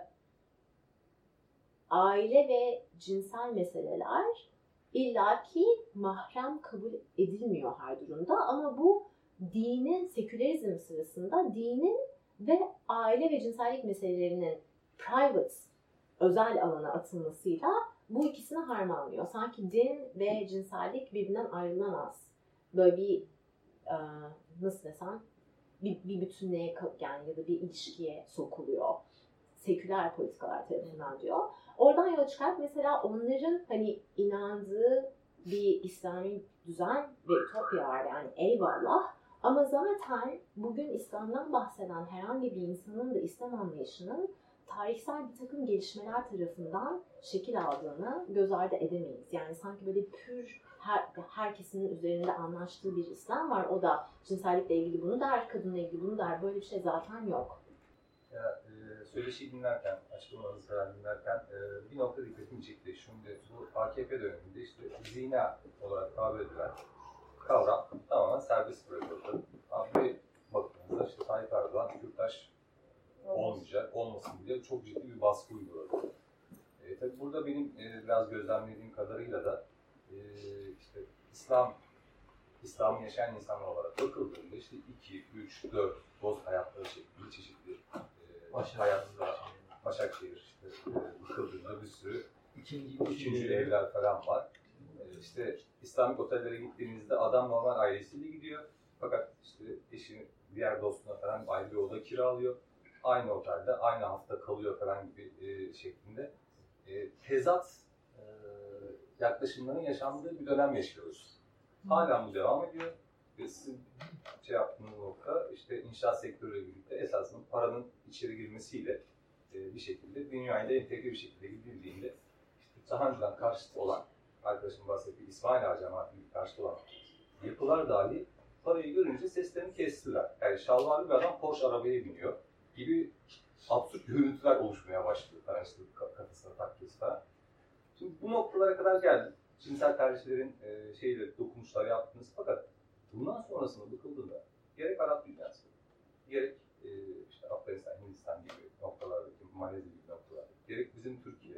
S3: aile ve cinsel meseleler illaki mahrem kabul edilmiyor her durumda ama bu dinin, sekülerizm sırasında dinin ve aile ve cinsellik meselelerinin private, özel alana atılmasıyla bu ikisini harmanlıyor. Sanki din ve cinsellik birbirinden ayrılamaz. Böyle bir, e, nasıl desem, bir, bir bütünlüğe yani ya da bir ilişkiye sokuluyor. Seküler politikalar tarafından diyor. Oradan yola çıkarak mesela onların hani inandığı bir İslami düzen ve ütopya var yani eyvallah. Ama zaten bugün İslam'dan bahseden herhangi bir insanın da İslam anlayışının tarihsel bir takım gelişmeler tarafından şekil aldığını göz ardı edemeyiz. Yani sanki böyle pür her, herkesin üzerinde anlaştığı bir İslam var. O da cinsellikle ilgili bunu der, kadınla ilgili bunu der. Böyle bir şey zaten yok.
S7: Ya, e, söyleşiyi dinlerken, açıklamanızı falan dinlerken e, bir nokta dikkatimi çekti. Şimdi bu A K P döneminde işte zina olarak tabir edilen kavram tamamen serbest bırakıldı. Abi baktığınızda işte Tayyip Erdoğan Kürttaş olmayacak, olmasın diye çok ciddi bir baskı uyguladı. E, tabii burada benim e, biraz gözlemlediğim kadarıyla da e, işte İslam, İslam'ı yaşayan insanlar olarak bakıldığında işte iki, üç, dört dost hayatları şeklinde çeşitli e, hayatlar, Başakşehir işte e, bakıldığında bir sürü ikinci, üçüncü evler falan var. E, işte İslamik otellere gittiğinizde adam normal ailesiyle gidiyor. Fakat işte eşinin diğer dostuna falan ayrı bir oda kiralıyor. Aynı otelde, aynı hafta kalıyor falan gibi e, şeklinde e, tezat e, yaklaşımların yaşandığı bir dönem yaşıyoruz. Hala bu devam ediyor. Ve sizin şey yaptığınız nokta işte inşaat sektörüyle birlikte esasında paranın içeri girmesiyle e, bir şekilde dünyayla entegre bir şekilde gidildiğinde işte daha önceden karşıt olan, arkadaşım bahsettiği İsmail Ağa cemaatinin karşıt olan yapılar dahi parayı görünce seslerini kestiler. Yani şalvarlı bir adam Porsche arabaya biniyor gibi absürt görüntüler oluşmaya başlıyor. Yani işte kafasına takıyoruz falan. Şimdi bu noktalara kadar geldik. Cinsel tercihlerin e, şeyleri, dokunuşlar yaptınız. Fakat bundan sonrasına bakıldığında gerek Arap dünyası, gerek e, işte Afganistan, Hindistan gibi noktalardaki, Malezya gibi noktalarda, gerek bizim Türkiye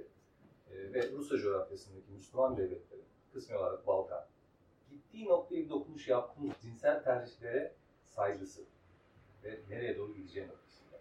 S7: e, ve Rusya coğrafyasındaki Müslüman devletlerin, kısmi olarak Balkan, gittiği noktaya bir dokunuş yaptığımız cinsel tercihlere saygısı ve nereye doğru gideceği noktasında.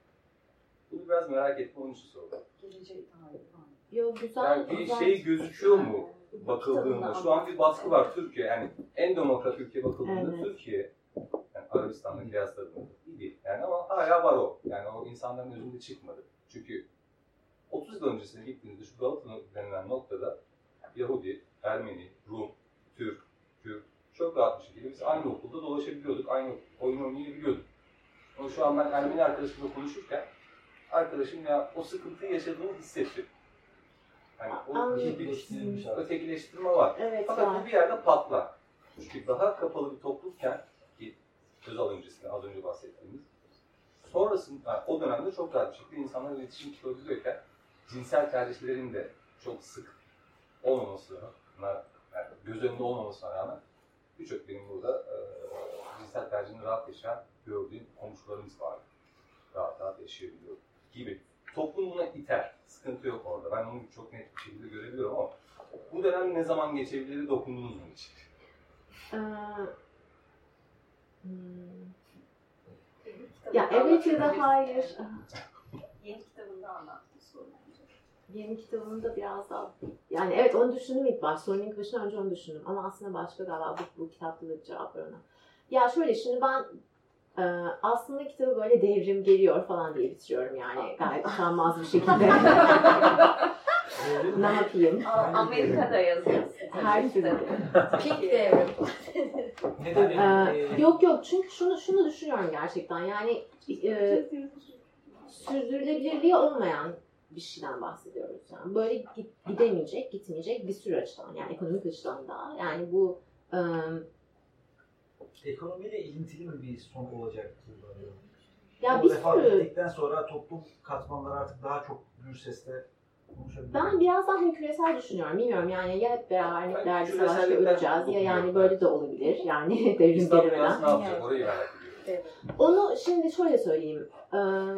S7: Bunu biraz merak ettim, onun için sordum.
S6: Gelecek tarihi.
S3: Yo, güzel,
S7: yani bir
S3: güzel.
S7: şey gözüküyor mu bakıldığında? Şu an bir baskı var Türkiye, yani en demokrat ülke bakıldığında evet. Türkiye, yani Arabistan'la kıyasladığında iyi değil. Yani ama hala var o. Yani o insanların özünde çıkmadı. Çünkü otuz yıl öncesine gittiğinizde şu Galata denilen noktada Yahudi, Ermeni, Rum, Türk, Kürt çok rahat bir şekilde biz aynı okulda dolaşabiliyorduk, aynı oyun oynayabiliyorduk. Ama şu an ben Ermeni arkadaşımla konuşurken arkadaşım ya o sıkıntıyı yaşadığını hissetti. Yani o ötekileştirilmiş, ötekileştirme var.
S3: Evet,
S7: fakat
S3: var.
S7: bu bir yerde patlar. Çünkü daha kapalı bir toplumken ki Özal öncesinde az önce bahsettiğimiz sonrasında, yani o dönemde çok rahat bir şekilde insanlarla iletişim kurabiliyorken cinsel tercihlerin de çok sık olmamasına, yani göz önünde olmamasına rağmen birçok benim burada e, cinsel tercihini rahat yaşayan gördüğüm komşularımız var. Rahat rahat yaşayabiliyor gibi. Toplum buna iter. Sıkıntı yok orada. Ben onu çok net bir şekilde görebiliyorum ama bu dönem ne zaman geçebilir, dokundunuz mu hiç?
S3: Ee, hmm. Ya evet ya da hayır.
S8: Yeni kitabında anlattım sorunu.
S3: Yeni kitabımda biraz daha, yani evet onu düşündüm ilk baş, sorunun ilk başına önce onu düşündüm ama aslında başka galiba bu, bu kitapta da cevap var ona. Ya şöyle, şimdi ben e, aslında kitabı böyle devrim geliyor falan diye bitiriyorum yani gayet utanmaz bir şekilde. Ne yapayım?
S8: Amerika'da yazıyorsun.
S3: Her türlü.
S6: Pink devrim.
S3: Ee, yok yok, çünkü şunu şunu düşünüyorum gerçekten, yani e, sürdürülebilirliği olmayan bir şeyden bahsediyoruz. Yani böyle git, gidemeyecek, gitmeyecek bir sürü açıdan, yani ekonomik açıdan da. Yani bu e,
S10: ekonomiyle ilintili mi bir son olacak?
S3: Ya
S10: o
S3: bir
S10: vefat
S3: sürü.
S10: ettikten sonra toplum katmanları artık daha çok gür sesle konuşabilir.
S3: Ben biraz daha küresel düşünüyorum. Bilmiyorum yani, ya hep beraber nükleer bir savaşta
S7: küresellikten
S3: öleceğiz ya yani
S7: korkuyorum.
S3: böyle de olabilir. Yani devrim
S7: İslam
S3: gelmeden.
S7: dünyası ne yapacak? Orayı merak ediyorum.
S3: Onu şimdi şöyle söyleyeyim. Ee,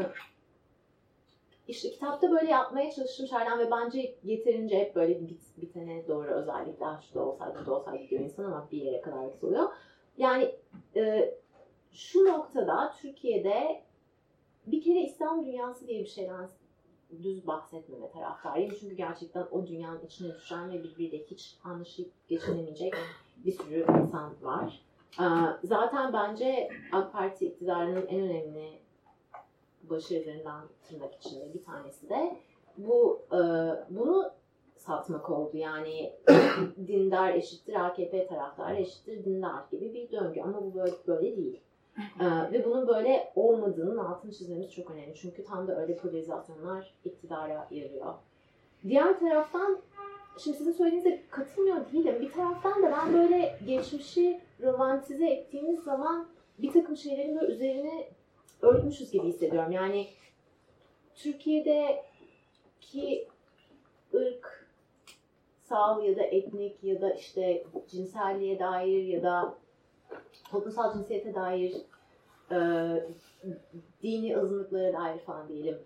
S3: işte kitapta böyle yapmaya çalıştım şeylerden ve bence yeterince hep böyle bit, bitene doğru özellikle şu da olsaydı bu da olsaydı diyor insan ama bir yere kadar oluyor. Yani e, şu noktada Türkiye'de bir kere İslam dünyası diye bir şeyden düz bahsetmeme taraftarıyım. Çünkü gerçekten o dünyanın içine düşen ve birbiriyle hiç anlaşıp geçinemeyecek bir sürü insan var. Zaten bence AK Parti iktidarının en önemli başarılarından tırnak içinde bir tanesi de bu bunu satmak oldu. Yani dindar eşittir A K P taraftarı eşittir dindar gibi bir döngü ama bu böyle, böyle değil. Ee, ve bunun böyle olmadığının altını çizmemiz çok önemli. Çünkü tam da öyle polarizasyonlar iktidara yarıyor. Diğer taraftan, şimdi sizin söylediğinize katılmıyor değilim. Bir taraftan da ben böyle geçmişi romantize ettiğimiz zaman bir takım şeylerin böyle üzerine örtmüşüz gibi hissediyorum. Yani Türkiye'deki ırk, sal ya da etnik ya da işte cinselliğe dair ya da toplumsal cinsiyete dair, e, dini azınlıklara dair falan diyelim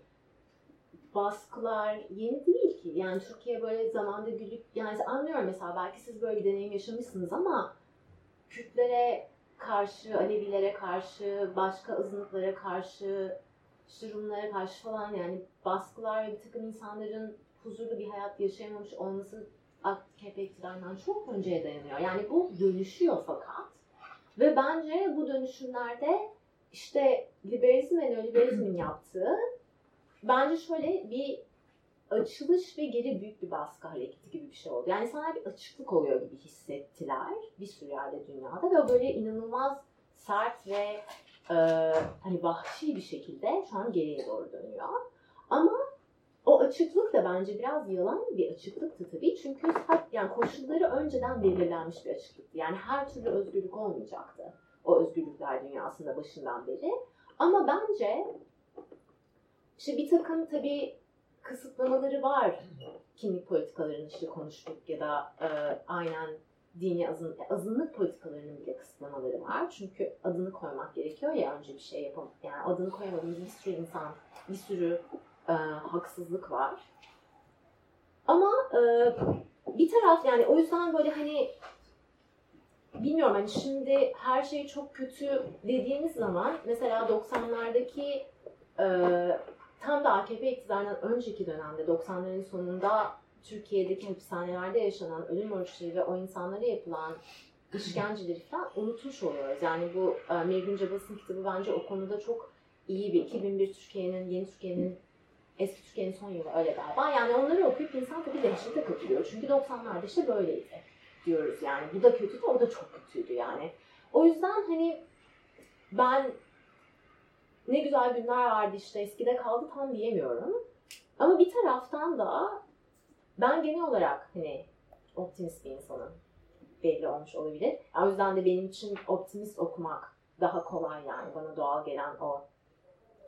S3: baskılar yeni değil ki. Yani Türkiye böyle zamanda gülüp, yani anlıyorum mesela belki siz böyle bir deneyim yaşamışsınız ama Kürtlere karşı, Alevilere karşı, başka azınlıklara karşı, işte Rumlara karşı falan yani baskılar ve bir takım insanların huzurlu bir hayat yaşayamamış olması A K P iktidarından çok önceye dayanıyor. Yani bu dönüşüyor fakat. Ve bence bu dönüşümlerde işte liberalizm ve neoliberalizmin yaptığı bence şöyle bir açılış ve geri büyük bir baskı hareketi gibi bir şey oldu. Yani sana bir açıklık oluyor gibi hissettiler bir sürü yerde dünyada ve böyle inanılmaz sert ve e, hani vahşi bir şekilde şu an geriye doğru dönüyor. Ama o açıklık da bence biraz yalan bir açıklıktı tabii. Çünkü yani koşulları önceden belirlenmiş bir açıklıktı. Yani her türlü özgürlük olmayacaktı o özgürlükler dünyasında başından beri. Ama bence işte bir takım tabii kısıtlamaları var. Kimlik politikalarını işte konuştuk ya da e, aynen dini azın, azınlık politikalarının bile kısıtlamaları var. Çünkü adını koymak gerekiyor ya önce bir şey yapalım. Yani adını koyamadığımız bir sürü insan, bir sürü E, haksızlık var. Ama e, bir taraf yani o yüzden böyle hani bilmiyorum hani şimdi her şey çok kötü dediğimiz zaman mesela doksanlardaki e, tam da A K P iktidarından önceki dönemde doksanların sonunda Türkiye'deki hapishanelerde yaşanan ölüm oruçları ve o insanlara yapılan işkenceleri falan unutmuş oluyoruz. Yani bu e, Mirgün Cabas'ın kitabı bence o konuda çok iyi bir iki bin bir Türkiye'nin, yeni Türkiye'nin eski Türkiye'nin son yılı öyle galiba. Yani onları okuyup insan tabii dehşete kapılıyor. Çünkü doksanlarda işte böyleydi diyoruz yani. Bu da kötüydü, o da çok kötüydü yani. O yüzden hani ben ne güzel günler vardı işte eskide kaldı tam diyemiyorum. Ama bir taraftan da ben genel olarak hani optimist bir insanım. Belli olmuş olabilir. O yüzden de benim için optimist okumak daha kolay yani. Bana doğal gelen o.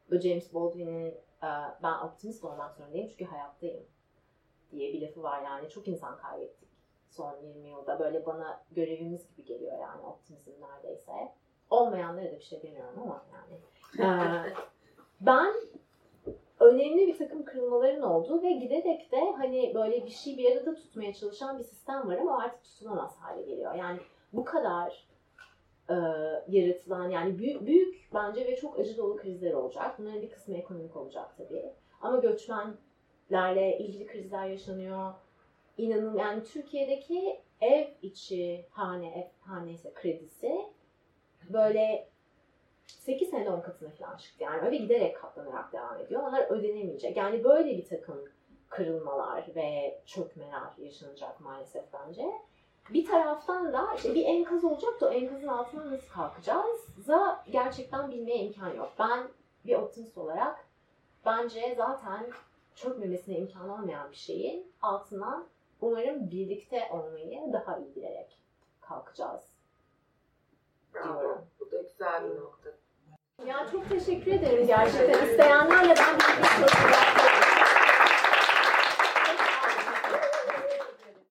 S3: Böyle James Baldwin'in e, ben optimist olmak zorundayım çünkü hayattayım diye bir lafı var yani. Çok insan kaybettik son yirmi yılda. Böyle bana görevimiz gibi geliyor yani optimizm neredeyse. Olmayanlara da bir şey demiyorum ama yani. Ee, ben önemli bir takım kırılmaların olduğu ve giderek de hani böyle bir şey bir arada tutmaya çalışan bir sistem var ama artık tutulamaz hale geliyor. Yani bu kadar e, yaratılan yani büyük, büyük bence ve çok acı dolu krizler olacak. Bunların bir kısmı ekonomik olacak tabii. Ama göçmenlerle ilgili krizler yaşanıyor. İnanın yani Türkiye'deki ev içi hane, ev haneyse kredisi böyle sekiz senede on katına falan çıktı. Yani öyle giderek katlanarak devam ediyor. Onlar ödenemeyecek. Yani böyle bir takım kırılmalar ve çökmeler yaşanacak maalesef bence. Bir taraftan da işte bir enkaz olacak da o enkazın altından nasıl kalkacağız da gerçekten bilmeye imkan yok. Ben bir optimist olarak bence zaten çökmemesine imkan olmayan bir şeyin altından umarım birlikte olmayı daha iyi bilerek kalkacağız.
S5: Bravo. Bu da güzel bir nokta.
S3: Ya çok teşekkür ederim gerçekten. İsteyenlerle ben bir soru